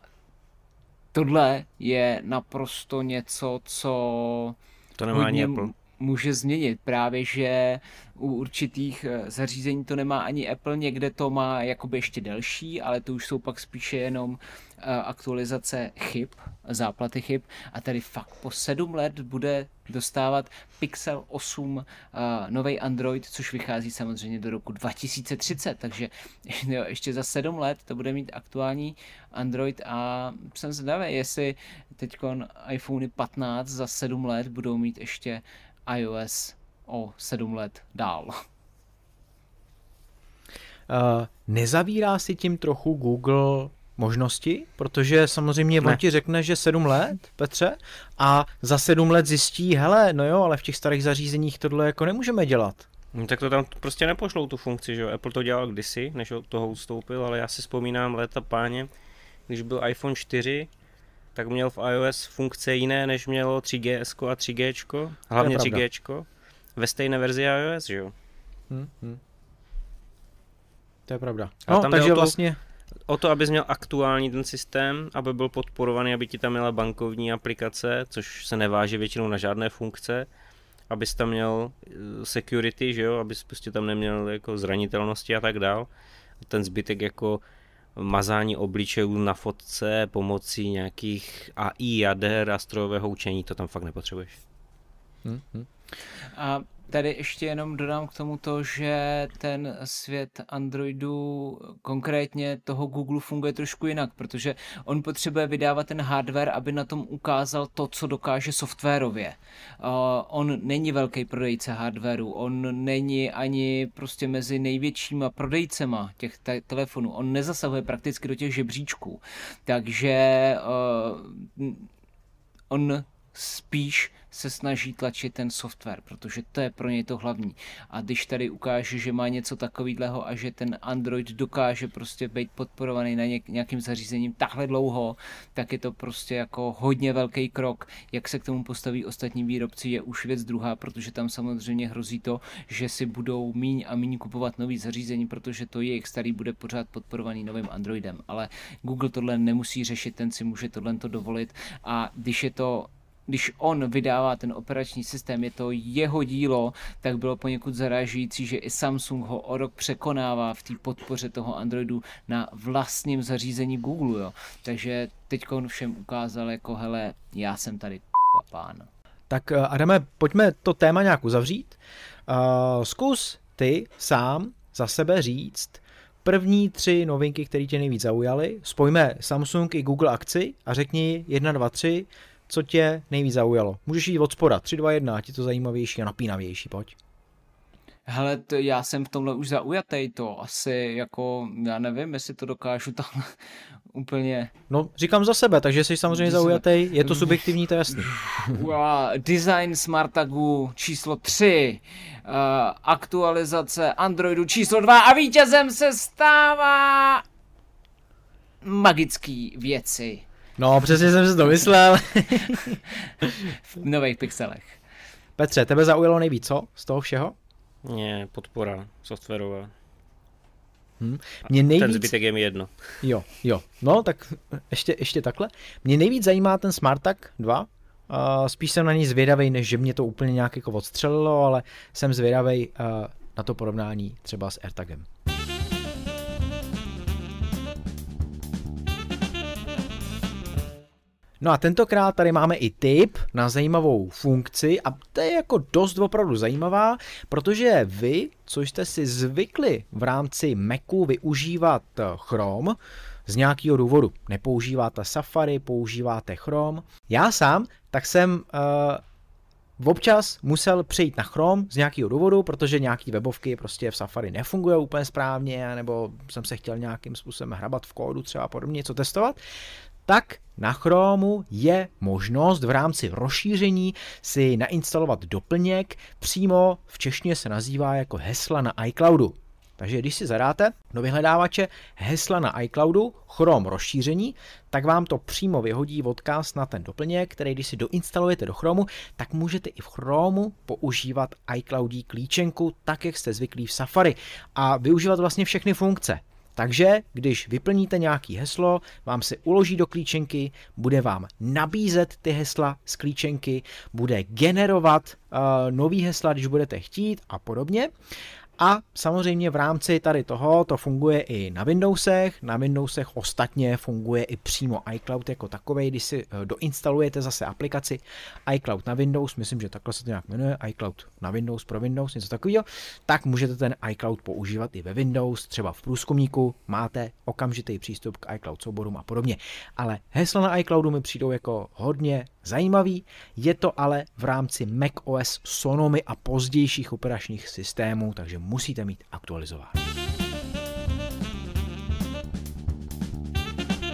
tohle je naprosto něco, co to nemá ani Apple. Může změnit. Právě, že u určitých zařízení to nemá ani Apple, někde to má jakoby ještě delší, ale to už jsou pak spíše jenom aktualizace chyb, záplaty chyb a tady fakt po sedm let bude dostávat Pixel osm uh, nový Android, což vychází samozřejmě do roku dva tisíce třicet, takže jo, ještě za sedm let to bude mít aktuální Android a jsem zvědavý, jestli teďkon iPhone patnáct za sedm let budou mít ještě iOS o sedm let dál. Uh, nezavírá si tím trochu Google možnosti, protože samozřejmě Ne. on ti řekne, že sedm let, Petře, a za sedm let zjistí, hele, no jo, ale v těch starých zařízeních tohle jako nemůžeme dělat. No, tak to tam prostě nepošlou tu funkci, že jo. Apple to dělal kdysi, než od toho ustoupil, ale já si vzpomínám léta páně, když byl iPhone čtyři, tak měl v iOS funkce jiné, než mělo tři G S a tři G, hlavně tři G, ve stejné verzi iOS, že jo. Hmm, hmm. To je pravda. A No, tam takže jde o to- vlastně... O to, abys měl aktuální ten systém, aby byl podporovaný, aby ti tam měla bankovní aplikace, což se neváže většinou na žádné funkce, abys tam měl eh, security, že jo, abys prostě tam neměl jako zranitelnosti a tak dál. Ten zbytek jako mazání obličejů na fotce pomocí nějakých A I jader a strojového učení, to tam fakt nepotřebuješ. Hmm, hmm. A tady ještě jenom dodám k tomu to, že ten svět Androidu, konkrétně toho Google, funguje trošku jinak, protože on potřebuje vydávat ten hardware, aby na tom ukázal to, co dokáže softwarově. Uh, on není velký prodejce hardwareu, on není ani prostě mezi největšíma prodejcema těch te- telefonů, on nezasahuje prakticky do těch žebříčků, takže uh, on spíš se snaží tlačit ten software, protože to je pro něj to hlavní. A když tady ukáže, že má něco takového a že ten Android dokáže prostě být podporovaný na něk- nějakým zařízením takhle dlouho, tak je to prostě jako hodně velký krok. Jak se k tomu postaví ostatní výrobci, je už věc druhá, protože tam samozřejmě hrozí to, že si budou míň a míň kupovat nový zařízení, protože to jejich starý bude pořád podporovaný novým Androidem. Ale Google tohle nemusí řešit, ten si může tohle to dovolit, a když je to Když on vydává ten operační systém, je to jeho dílo, tak bylo poněkud zarážející, že i Samsung ho o rok překonává v té podpoře toho Androidu na vlastním zařízení Google, jo. Takže teďko on všem ukázal jako, hele, já jsem tady p***a pán. Tak Adame, pojďme to téma nějak uzavřít. Uh, zkus ty sám za sebe říct první tři novinky, které tě nejvíc zaujaly. Spojme Samsung i Google akci a řekni jedna, dva, tři, co tě nejvíc zaujalo. Můžeš jít od spoda, tři, dva, jedna, ať je to zajímavější a napínavější, pojď. Hele, to já jsem v tomhle už zaujatej, to asi jako, já nevím, jestli to dokážu tam úplně... No, říkám za sebe, takže jsi samozřejmě Za sebe. zaujatej, je to subjektivní, to je jasný. Wow, design SmartTagu číslo tři, uh, aktualizace Androidu číslo dva a vítězem se stává magický věci No, přesně jsem si to myslel. v nových pixelech. Petře, tebe zaujalo nejvíc, co z toho všeho? Mě podpora softwarová. Hm. Mě nejvíc... Ten zbytek je mi jedno. Jo, jo. No, tak ještě, ještě takhle. Mě nejvíc zajímá ten SmartTag dva. Uh, spíš jsem na něj zvědavej, než že mě to úplně nějak jako odstřelilo, ale jsem zvědavej uh, na to porovnání třeba s AirTagem. No a tentokrát tady máme i tip na zajímavou funkci a to je jako dost opravdu zajímavá, protože vy, co jste si zvykli v rámci Macu využívat Chrome, z nějakého důvodu nepoužíváte Safari, používáte Chrome. Já sám, tak jsem uh, občas musel přejít na Chrome z nějakého důvodu, protože nějaký webovky prostě v Safari nefungují úplně správně, nebo jsem se chtěl nějakým způsobem hrabat v kódu třeba podobně něco testovat. Tak na Chromu je možnost v rámci rozšíření si nainstalovat doplněk, přímo v češtině se nazývá jako hesla na iCloudu. Takže když si zadáte do vyhledávače hesla na iCloudu, Chrome rozšíření, tak vám to přímo vyhodí odkaz na ten doplněk, který když si doinstalujete do Chromu, tak můžete i v Chromu používat iCloudí klíčenku, tak jak jste zvyklí v Safari a využívat vlastně všechny funkce. Takže, když vyplníte nějaký heslo, vám se uloží do klíčenky, bude vám nabízet ty hesla z klíčenky, bude generovat uh, nový hesla, když budete chtít a podobně. A samozřejmě v rámci tady toho to funguje i na Windowsech, na Windowsech ostatně funguje i přímo iCloud jako takovej, když si doinstalujete zase aplikaci iCloud na Windows, myslím, že takhle se to nějak jmenuje, iCloud na Windows pro Windows, něco takového, tak můžete ten iCloud používat i ve Windows, třeba v průzkumníku máte okamžitý přístup k iCloud souborům a podobně. Ale hesla na iCloudu mi přijdou jako hodně zajímavý, je to ale v rámci macOS Sonoma a pozdějších operačních systémů, takže musíte mít aktualizován.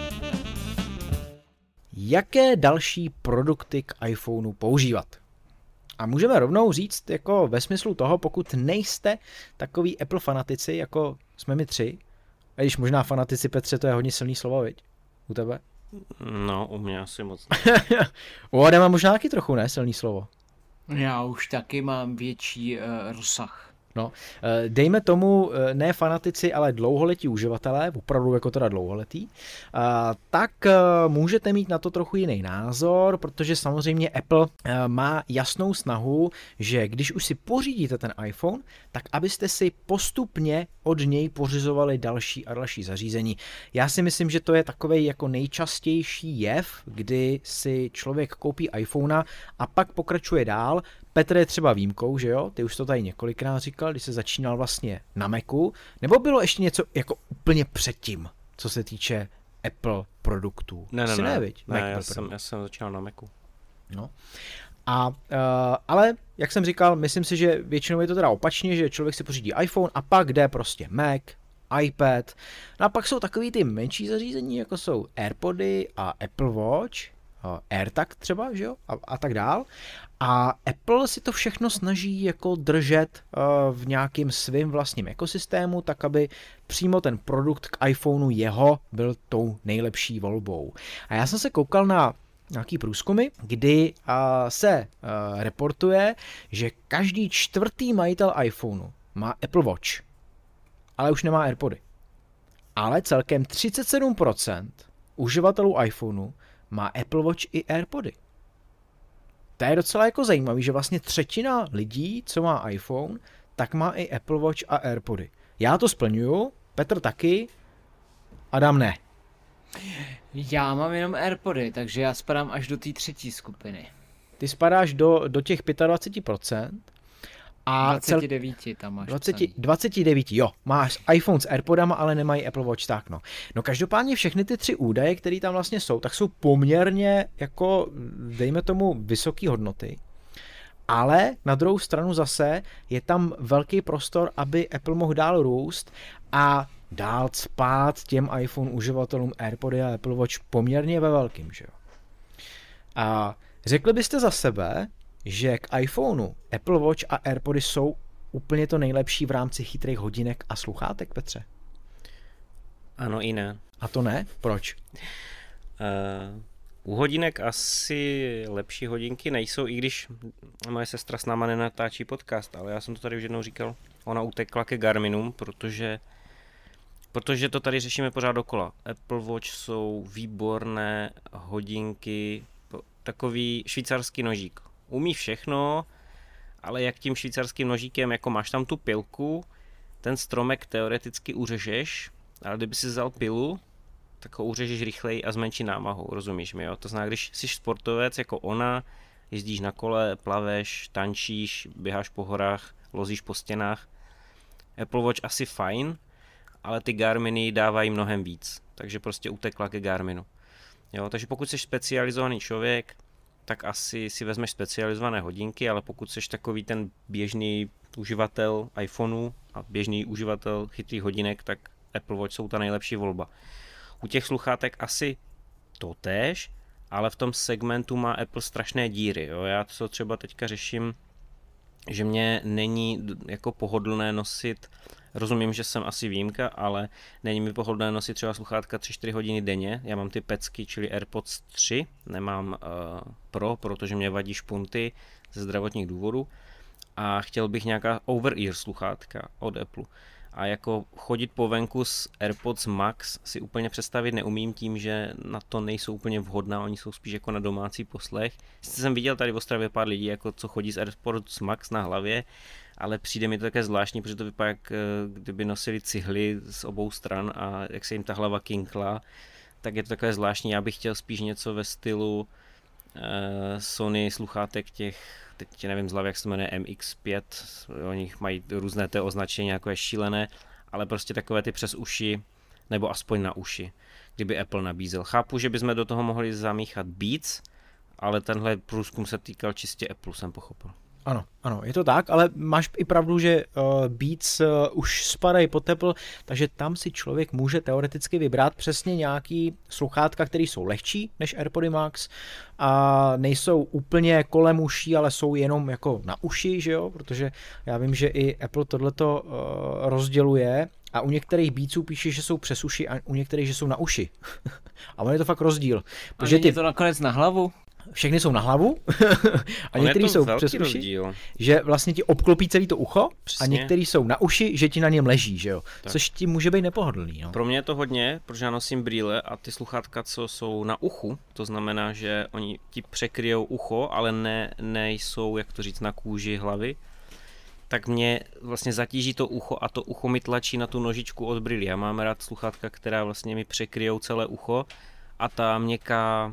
jaké další produkty k iPhoneu používat. A můžeme rovnou říct, jako ve smyslu toho, pokud nejste takový Apple fanatici, jako jsme my tři, a když možná fanatici, Petře, to je hodně silný slovo, viď? U tebe? No, u mě asi moc ne. U Adama možná taky trochu, ne? Silný slovo. Já už taky mám větší uh, rozsah. No, dejme tomu ne fanatici, ale dlouholetí uživatelé, opravdu jako teda dlouholetí, tak můžete mít na to trochu jiný názor, protože samozřejmě Apple má jasnou snahu, že když už si pořídíte ten iPhone, tak abyste si postupně od něj pořizovali další a další zařízení. Já si myslím, že to je takovej jako nejčastější jev, kdy si člověk koupí iPhonea a pak pokračuje dál. Petr je třeba výjimkou, že jo? Ty už to tady několikrát říkal, když se začínal vlastně na Macu. Nebo bylo ještě něco jako úplně předtím, co se týče Apple produktů? Ne, ne, Asi ne, viď? ne, Mac já, jsem, já jsem začínal na Macu. No. A, uh, ale, jak jsem říkal, myslím si, že většinou je to teda opačně, že člověk si pořídí iPhone a pak jde prostě Mac, iPad. No a pak jsou takový ty menší zařízení, jako jsou AirPody a Apple Watch, uh, AirTag třeba, že jo? A, a tak dál. A Apple si to všechno snaží jako držet uh, v nějakým svým vlastním ekosystému, tak aby přímo ten produkt k iPhoneu jeho byl tou nejlepší volbou. A já jsem se koukal na nějaký průzkumy, kdy uh, se uh, reportuje, že každý čtvrtý majitel iPhoneu má Apple Watch, ale už nemá AirPody. Ale celkem třicet sedm procent uživatelů iPhoneu má Apple Watch i AirPody. To je docela jako zajímavý, že vlastně třetina lidí, co má iPhone, tak má i Apple Watch a AirPody. Já to splňuju, Petr taky, Adam ne. Já mám jenom AirPody, takže já spadám až do té třetí skupiny. Ty spadáš do, do těch dvacet pět procent. A dvacet devět tam máš dvacet, dvacet devět, jo. Máš iPhone s AirPodama, ale nemají Apple Watch, tak no. No každopádně všechny ty tři údaje, které tam vlastně jsou, tak jsou poměrně jako, dejme tomu, vysoké hodnoty. Ale na druhou stranu zase je tam velký prostor, aby Apple mohl dál růst a dál cpát těm iPhone uživatelům AirPody a Apple Watch poměrně ve velkým, že jo. A řekli byste za sebe, že k iPhoneu Apple Watch a AirPody jsou úplně to nejlepší v rámci chytrých hodinek a sluchátek, Petře? Ano i ne. A to ne? Proč? Uh, u hodinek asi lepší hodinky nejsou, i když moje sestra s náma nenatáčí podcast, ale já jsem to tady už jednou říkal, ona utekla ke Garminům, protože protože to tady řešíme pořád dokola. Apple Watch jsou výborné hodinky, takový švýcarský nožík. Umí všechno, ale jak tím švýcarským nožíkem, jako máš tam tu pilku, ten stromek teoreticky uřežeš, ale kdyby si vzal pilu, tak ho uřežeš rychleji a s menší námahou, rozumíš mi, jo? To znamená, když jsi sportovec jako ona, jezdíš na kole, plaveš, tančíš, běháš po horách, lozíš po stěnách, Apple Watch asi fajn, ale ty Garminy dávají mnohem víc, takže prostě utekla ke Garminu. Jo? Takže pokud jsi specializovaný člověk, tak asi si vezmeš specializované hodinky, ale pokud jsi takový ten běžný uživatel iPhoneu a běžný uživatel chytrých hodinek, tak Apple Watch jsou ta nejlepší volba. U těch sluchátek asi totéž, ale v tom segmentu má Apple strašné díry. Jo? Já to třeba teďka řeším, že mě není jako pohodlné nosit, rozumím, že jsem asi výjimka, ale není mi pohodlné nosit třeba sluchátka tři čtyři hodiny denně. Já mám ty pecky, čili AirPods tři, nemám uh, Pro, protože mě vadí špunty ze zdravotních důvodů a chtěl bych nějaká over-ear sluchátka od Apple. A jako chodit po venku s AirPods Max si úplně představit neumím tím, že na to nejsou úplně vhodná, oni jsou spíš jako na domácí poslech. Sice jsem viděl tady v Ostravě pár lidí, jako co chodí s AirPods Max na hlavě, ale přijde mi to také zvláštní, protože to vypadá, jak kdyby nosili cihly z obou stran a jak se jim ta hlava kinkla, tak je to takové zvláštní. Já bych chtěl spíš něco ve stylu eh, Sony sluchátek těch, teď nevím z hlavy, jak se to jmenuje, M X pět, oni mají různé ty označení, jako je šílené, ale prostě takové ty přes uši, nebo aspoň na uši, kdyby Apple nabízel. Chápu, že bychom do toho mohli zamíchat Beats, ale tenhle průzkum se týkal čistě Apple, jsem pochopil. Ano, ano, je to tak, ale máš i pravdu, že uh, Beats uh, už spadají pod Apple, takže tam si člověk může teoreticky vybrat přesně nějaký sluchátka, které jsou lehčí než AirPody Max a nejsou úplně kolem uší, ale jsou jenom jako na uši, že jo, protože já vím, že i Apple tohleto uh, rozděluje a u některých Beatsů píše, že jsou přes uši a u některých, že jsou na uši. A on je to fakt rozdíl. Protože ty... je to nakonec na hlavu? Všechny jsou na hlavu a některý jsou přes uši, rozdíl. Že vlastně ti obklopí celý to ucho. Přesně. A některý jsou na uši, že ti na něm leží, že jo. Tak. Což ti může být nepohodlný. No. Pro mě je to hodně, protože já nosím brýle a ty sluchátka, co jsou na uchu, to znamená, že oni ti překryjou ucho, ale ne, nejsou, jak to říct, na kůži hlavy, tak mě vlastně zatíží to ucho a to ucho mi tlačí na tu nožičku od brýlí. Já mám rád sluchátka, která vlastně mi překryjou celé ucho a ta měkká...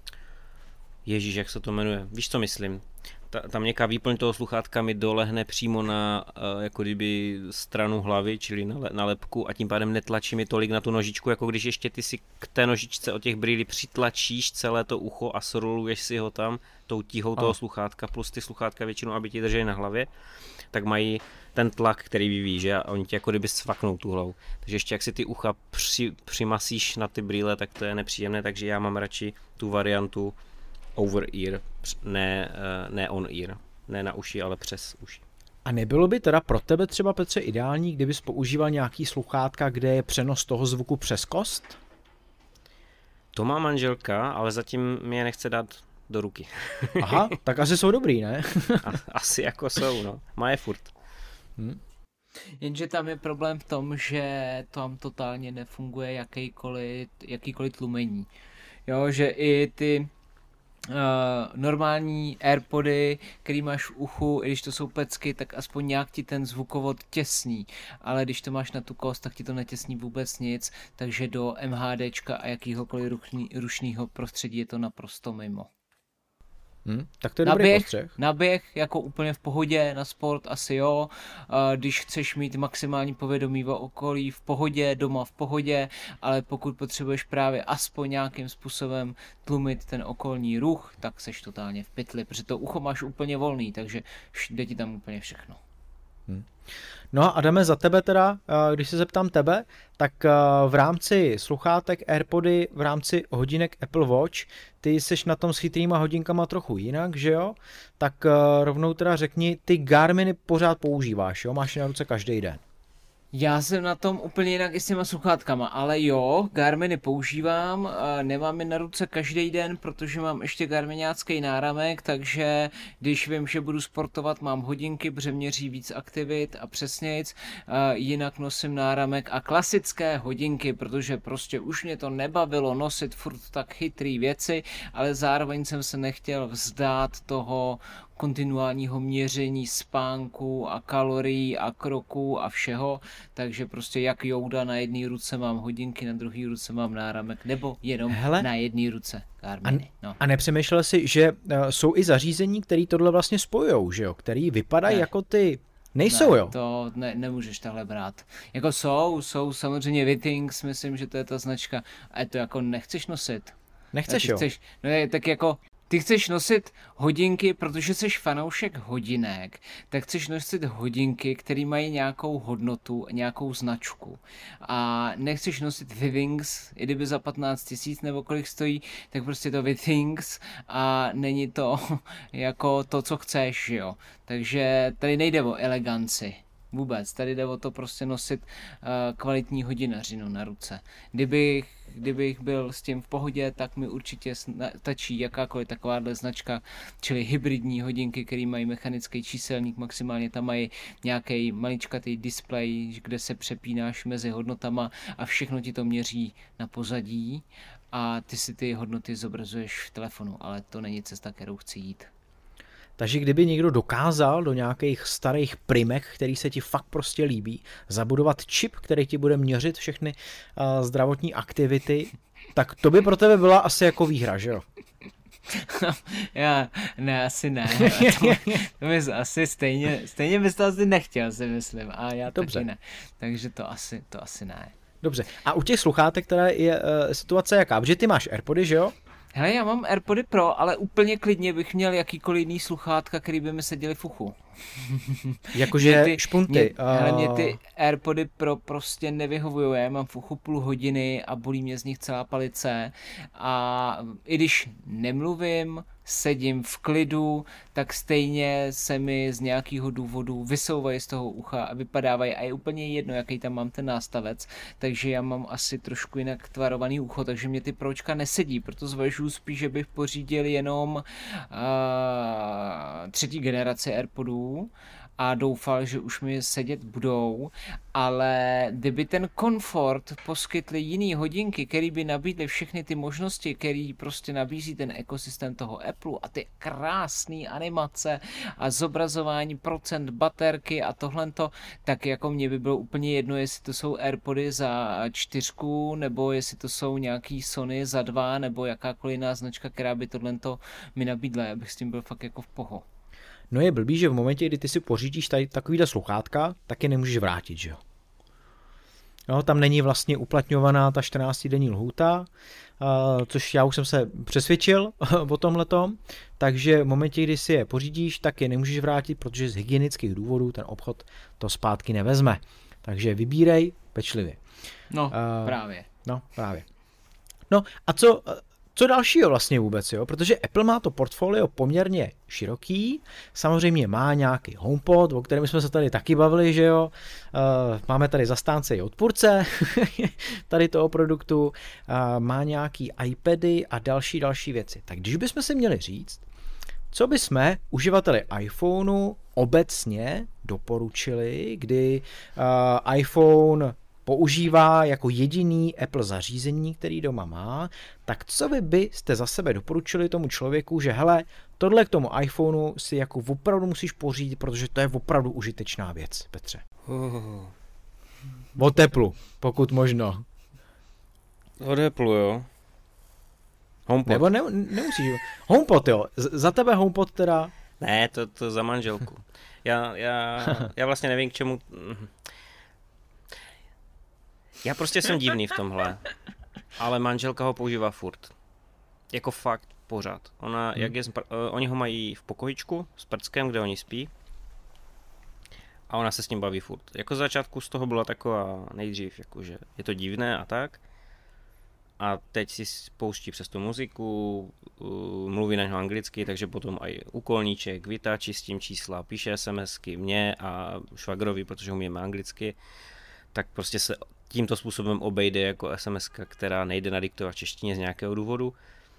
Ježíš, jak se to jmenuje, víš, co myslím? Ta, ta měkká výplň toho sluchátka mi dolehne přímo na uh, jako kdyby stranu hlavy, čili na, le, na lebku a tím pádem netlačí mi tolik na tu nožičku, jako když ještě ty si k té nožičce od těch brýlí přitlačíš celé to ucho a sroluješ si ho tam tou tíhou toho sluchátka, plus ty sluchátka většinou, aby ti drželi na hlavě, tak mají ten tlak, který vyvíjí, že? A oni ti jako kdyby svaknou tu hlavu. Takže ještě jak si ty ucha při, přimasíš na ty brýle, tak to je nepříjemné, takže já mám radši tu variantu over ear, ne, ne on ear, ne na uši, ale přes uši. A nebylo by teda pro tebe třeba, Petře, ideální, kdybys používal nějaký sluchátka, kde je přenos toho zvuku přes kost? To má manželka, ale zatím mi je nechce dát do ruky. Aha, tak asi jsou dobrý, ne? Asi jako jsou, no. Má je furt. Hmm. Jenže tam je problém v tom, že tam totálně nefunguje jakýkoliv, jakýkoliv tlumení. Jo, že i ty Uh, normální AirPody, který máš v uchu, i když to jsou pecky, tak aspoň nějak ti ten zvukovod těsní, ale když to máš na tu kost, tak ti to netěsní vůbec nic, takže do MHDčka a jakýhokoliv ruchný, rušného prostředí je to naprosto mimo. Hmm, tak to je dobrý naběh, postřeh. Naběh jako úplně v pohodě, na sport asi jo, uh, když chceš mít maximální povědomí o okolí, v pohodě, doma v pohodě, ale pokud potřebuješ právě aspoň nějakým způsobem tlumit ten okolní ruch, tak seš totálně v pytli, protože to ucho máš úplně volný, takže jde ti tam úplně všechno. Hmm. No a Adame, za tebe teda, když se zeptám tebe, tak v rámci sluchátek AirPody, v rámci hodinek Apple Watch, ty seš na tom s chytrýma hodinkama trochu jinak, že jo? Tak rovnou teda řekni, ty Garminy pořád používáš, jo? Máš je na ruce každý den. Já jsem na tom úplně jinak i s těma sluchátkama, ale jo, Garminy používám, nemám je na ruce každý den, protože mám ještě garminiácký náramek, takže když vím, že budu sportovat, mám hodinky, protože měří víc aktivit a přesnějc, jinak nosím náramek a klasické hodinky, protože prostě už mě to nebavilo nosit furt tak chytrý věci, ale zároveň jsem se nechtěl vzdát toho kontinuálního měření spánku a kalorií a kroků a všeho, takže prostě jak Jouda na jedné ruce mám hodinky, na druhé ruce mám náramek, nebo jenom Hele, na jedné ruce Garminy. A, no. a nepřemýšlel si, že uh, jsou i zařízení, které tohle vlastně spojujou, že jo, který vypadají ne. jako ty... Nejsou, ne, jo? to ne, nemůžeš takhle brát. Jako jsou, jsou samozřejmě Withings, myslím, že to je ta značka, ale to jako nechceš nosit. Nechceš, jo? Chceš, no je, tak jako ty chceš nosit hodinky, protože jsi fanoušek hodinek, tak chceš nosit hodinky, které mají nějakou hodnotu, nějakou značku. A nechceš nosit Withings, i kdyby za patnáct tisíc nebo kolik stojí, tak prostě to Withings a není to jako to, co chceš, jo. Takže tady nejde o eleganci. Vůbec, tady jde o to prostě nosit uh, kvalitní hodinařinu na ruce. Kdybych, kdybych byl s tím v pohodě, tak mi určitě stačí jakákoliv takováhle značka, čili hybridní hodinky, které mají mechanický číselník, maximálně tam mají nějaký maličkatý displej, kde se přepínáš mezi hodnotama a všechno ti to měří na pozadí a ty si ty hodnoty zobrazuješ v telefonu, ale to není cesta, kterou chci jít. Takže kdyby někdo dokázal do nějakých starých primek, který se ti fakt prostě líbí, zabudovat čip, který ti bude měřit všechny uh, zdravotní aktivity, tak to by pro tebe byla asi jako výhra, že jo? Já, ne, asi ne. To, to bys asi stejně, stejně bys to asi nechtěl, si myslím, a já Dobře. taky ne. Takže to asi, to asi ne. Dobře, a u těch sluchátek teda je uh, situace jaká? Protože ty máš AirPody, že jo? Hele, já mám AirPody Pro, ale úplně klidně bych měl jakýkoliv jiný sluchátka, který by mi seděly v uchu. Jakože ty, špunty. Mě, uh... hele, mě ty AirPody Pro prostě nevyhovují, já mám v uchu půl hodiny a bolí mě z nich celá palice a i když nemluvím, sedím v klidu, tak stejně se mi z nějakého důvodu vysouvají z toho ucha a vypadávají a je úplně jedno, jaký tam mám ten nástavec, takže já mám asi trošku jinak tvarovaný ucho, takže mě ty Pročka nesedí, proto zvažuji spíš, že bych pořídil jenom uh, třetí generaci AirPodů a doufal, že už mi sedět budou, ale kdyby ten komfort poskytly jiný hodinky, který by nabídly všechny ty možnosti, který prostě nabízí ten ekosystém toho Apple a ty krásné animace a zobrazování procent baterky a tohleto, tak jako mě by bylo úplně jedno, jestli to jsou AirPody za čtyřku, nebo jestli to jsou nějaký Sony za dva, nebo jakákoliv jiná značka, která by tohleto mi nabídla, já bych s tím byl fakt jako v poho. No je blbý, že v momentě, kdy ty si pořídíš tady takovýhle sluchátka, tak je nemůžeš vrátit, že jo. No, tam není vlastně uplatňovaná ta čtrnáctidenní lhůta, což já už jsem se přesvědčil o tomhletom, takže v momentě, kdy si je pořídíš, tak je nemůžeš vrátit, protože z hygienických důvodů ten obchod to zpátky nevezme. Takže vybírej pečlivě. No, uh, právě. No, právě. No a co... Co dalšího vlastně vůbec, jo? Protože Apple má to portfolio poměrně široký, samozřejmě má nějaký HomePod, o kterém jsme se tady taky bavili, že jo? Uh, máme tady zastánce i odpůrce tady toho produktu, uh, má nějaký iPady a další, další věci. Tak když bychom si měli říct, co bychom uživateli iPhoneu obecně doporučili, kdy uh, iPhone používá jako jediný Apple zařízení, který doma má, tak co vy byste za sebe doporučili tomu člověku, že hele, tohle k tomu iPhoneu si jako opravdu musíš pořídit, protože to je opravdu užitečná věc, Petře. Uh. Od Apple, pokud možno. Od Apple, jo. HomePod. Nebo ne, nemusíš. HomePod, jo. Z, za tebe HomePod teda? Ne, to, to za manželku. Já, já, já vlastně nevím, k čemu... Já prostě jsem divný v tomhle, ale manželka ho používá furt. Jako fakt pořád. Ona, hmm. jak je, uh, oni ho mají v pokojičku s prckem, kde oni spí. A ona se s ním baví furt. Jako z začátku z toho byla taková nejdřív, jakože je to divné a tak. A teď si pouští přes tu muziku, uh, mluví na něho anglicky, takže potom i úkolníček, vytáčí s tím čísla, píše SMSky mě a švagrovi, protože umíme anglicky. Tak prostě se tímto způsobem obejde jako SMSka, která nejde nadiktovat v češtině z nějakého důvodu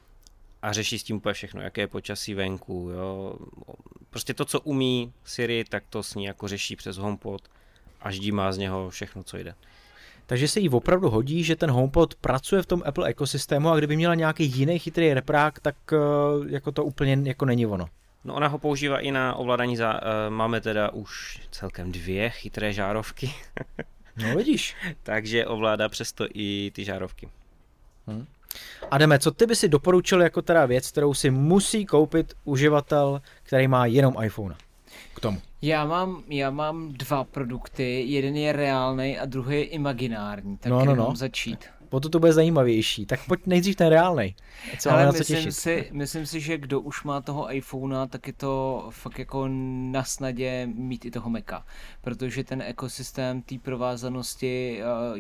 a řeší s tím úplně všechno, jaké je počasí venku, jo. Prostě to, co umí Siri, tak to s ní jako řeší přes HomePod a ždímá z něho všechno, co jde. Takže se jí opravdu hodí, že ten HomePod pracuje v tom Apple ekosystému a kdyby měla nějaký jiný chytrý reprák, tak uh, jako to úplně jako není ono. No ona ho používá i na ovládání, za, uh, máme teda už celkem dvě chytré žárovky. No vidíš. Takže ovládá přesto i ty žárovky. Hmm. Adame, co ty by si doporučil jako teda věc, kterou si musí koupit uživatel, který má jenom iPhone k tomu? Já mám, já mám dva produkty, jeden je reálnej a druhý je imaginární, tak no, no, no. mám začít. Potom to bude zajímavější, tak pojď nejdřív ten reálnej. Ale myslím si, myslím si, že kdo už má toho iPhonea, tak je to fakt jako na snadě mít i toho Maca, protože ten ekosystém té provázanosti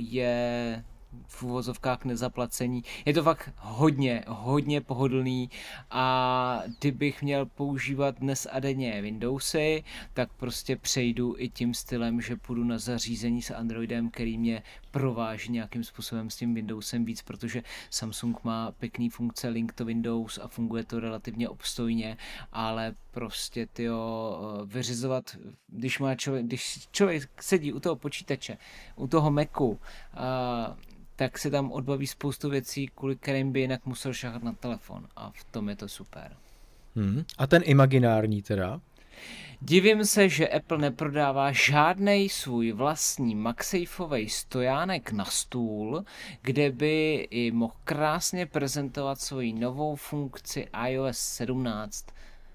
je v uvozovkách nezaplacení. Je to fakt hodně, hodně pohodlný a kdybych měl používat dnes a denně Windowsy, tak prostě přejdu i tím stylem, že půjdu na zařízení s Androidem, který mě prováží nějakým způsobem s tím Windowsem víc, protože Samsung má pěkný funkce Link to Windows a funguje to relativně obstojně, ale prostě tyjo, vyřizovat, když má člověk, když člověk sedí u toho počítače, u toho Macu, a tak se tam odbaví spoustu věcí, kvůli kterým by jinak musel šahat na telefon a v tom je to super. Hmm. A ten imaginární teda? Divím se, že Apple neprodává žádnej svůj vlastní MagSafeový stojánek na stůl, kde by i mohl krásně prezentovat svoji novou funkci iOS sedmnáct.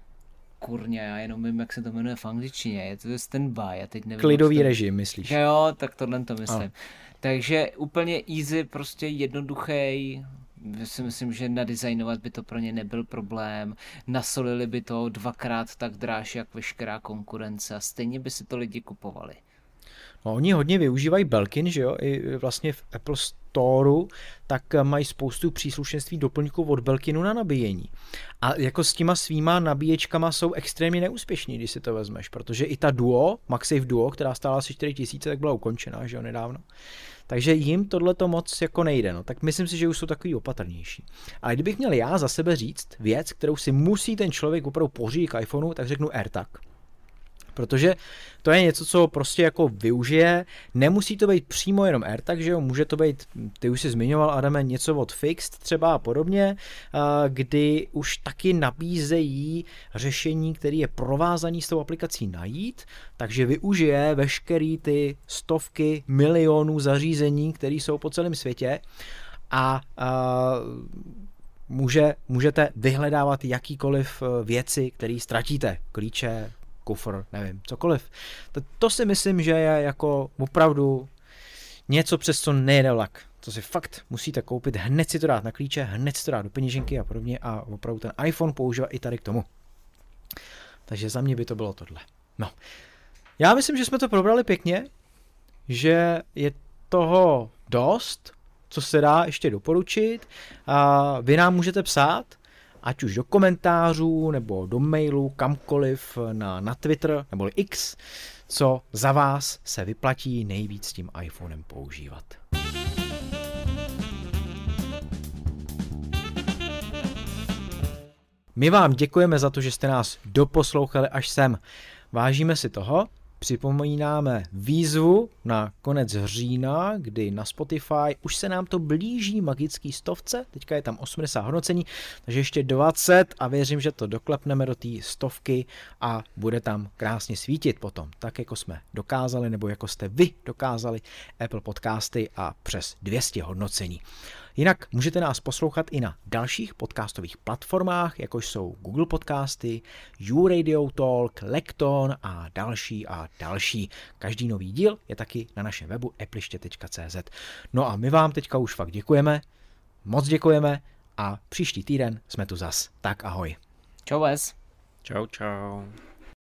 Kurňa, já jenom vím, jak se to jmenuje v angličtině, je to standby, já teď nevím. Klidový to... režim, myslíš? Jo, tak tohle to myslím. Ano. Takže úplně easy, prostě jednoduchý, si myslím, že nadizajnovat by to pro ně nebyl problém, nasolili by to dvakrát tak dráž, jak veškerá konkurence a stejně by si to lidi kupovali. No, oni hodně využívají Belkin, že jo, i vlastně v Apple Storeu, tak mají spoustu příslušenství doplňků od Belkinu na nabíjení. A jako s těma svýma nabíječkama jsou extrémně neúspěšní, když si to vezmeš, protože i ta Duo, MagSafe Duo, která stála asi čtyři tisíce, tak byla ukončená, že jo, nedávno. Takže jim tohleto moc jako nejde, no, tak myslím si, že už jsou takový opatrnější. Ale kdybych měl já za sebe říct věc, kterou si musí ten člověk opravdu pořídit k iPhoneu, tak řeknu AirTag. Protože to je něco, co prostě jako využije, nemusí to být přímo jenom AirTag, že jo, může to být, ty už jsi zmiňoval, Adame, něco od Fixed třeba a podobně, kdy už taky nabízejí řešení, které je provázané s tou aplikací najít, takže využije veškerý ty stovky milionů zařízení, které jsou po celém světě a, a může, můžete vyhledávat jakýkoliv věci, které ztratíte, klíče, kufr, nevím, cokoliv. To, to si myslím, že je jako opravdu něco, přes co nejede vlak. To si fakt musíte koupit, hned si to dát na klíče, hned si to dát do peněženky a podobně a opravdu ten iPhone používat i tady k tomu. Takže za mě by to bylo tohle. No. Já myslím, že jsme to probrali pěkně, že je toho dost, co se dá ještě doporučit. A vy nám můžete psát, ať už do komentářů, nebo do mailu, kamkoliv na, na Twitter, nebo X, co za vás se vyplatí nejvíc tím iPhonem používat. My vám děkujeme za to, že jste nás doposlouchali až sem. Vážíme si toho. Připomínáme výzvu na konec října, kdy na Spotify už se nám to blíží magický stovce, teďka je tam osmdesát hodnocení, takže ještě dvacet a věřím, že to doklepneme do té stovky a bude tam krásně svítit potom, tak jako jsme dokázali, nebo jako jste vy dokázali Apple podcasty a přes dvě stě hodnocení. Jinak můžete nás poslouchat i na dalších podcastových platformách, jako jsou Google Podcasty, YouRadio Talk, Lekton a další a další. Každý nový díl je taky na našem webu appliště tečka cé zet. No a my vám teďka už fakt děkujeme, moc děkujeme a příští týden jsme tu zas. Tak ahoj. Čau, Ves. Čau, čau.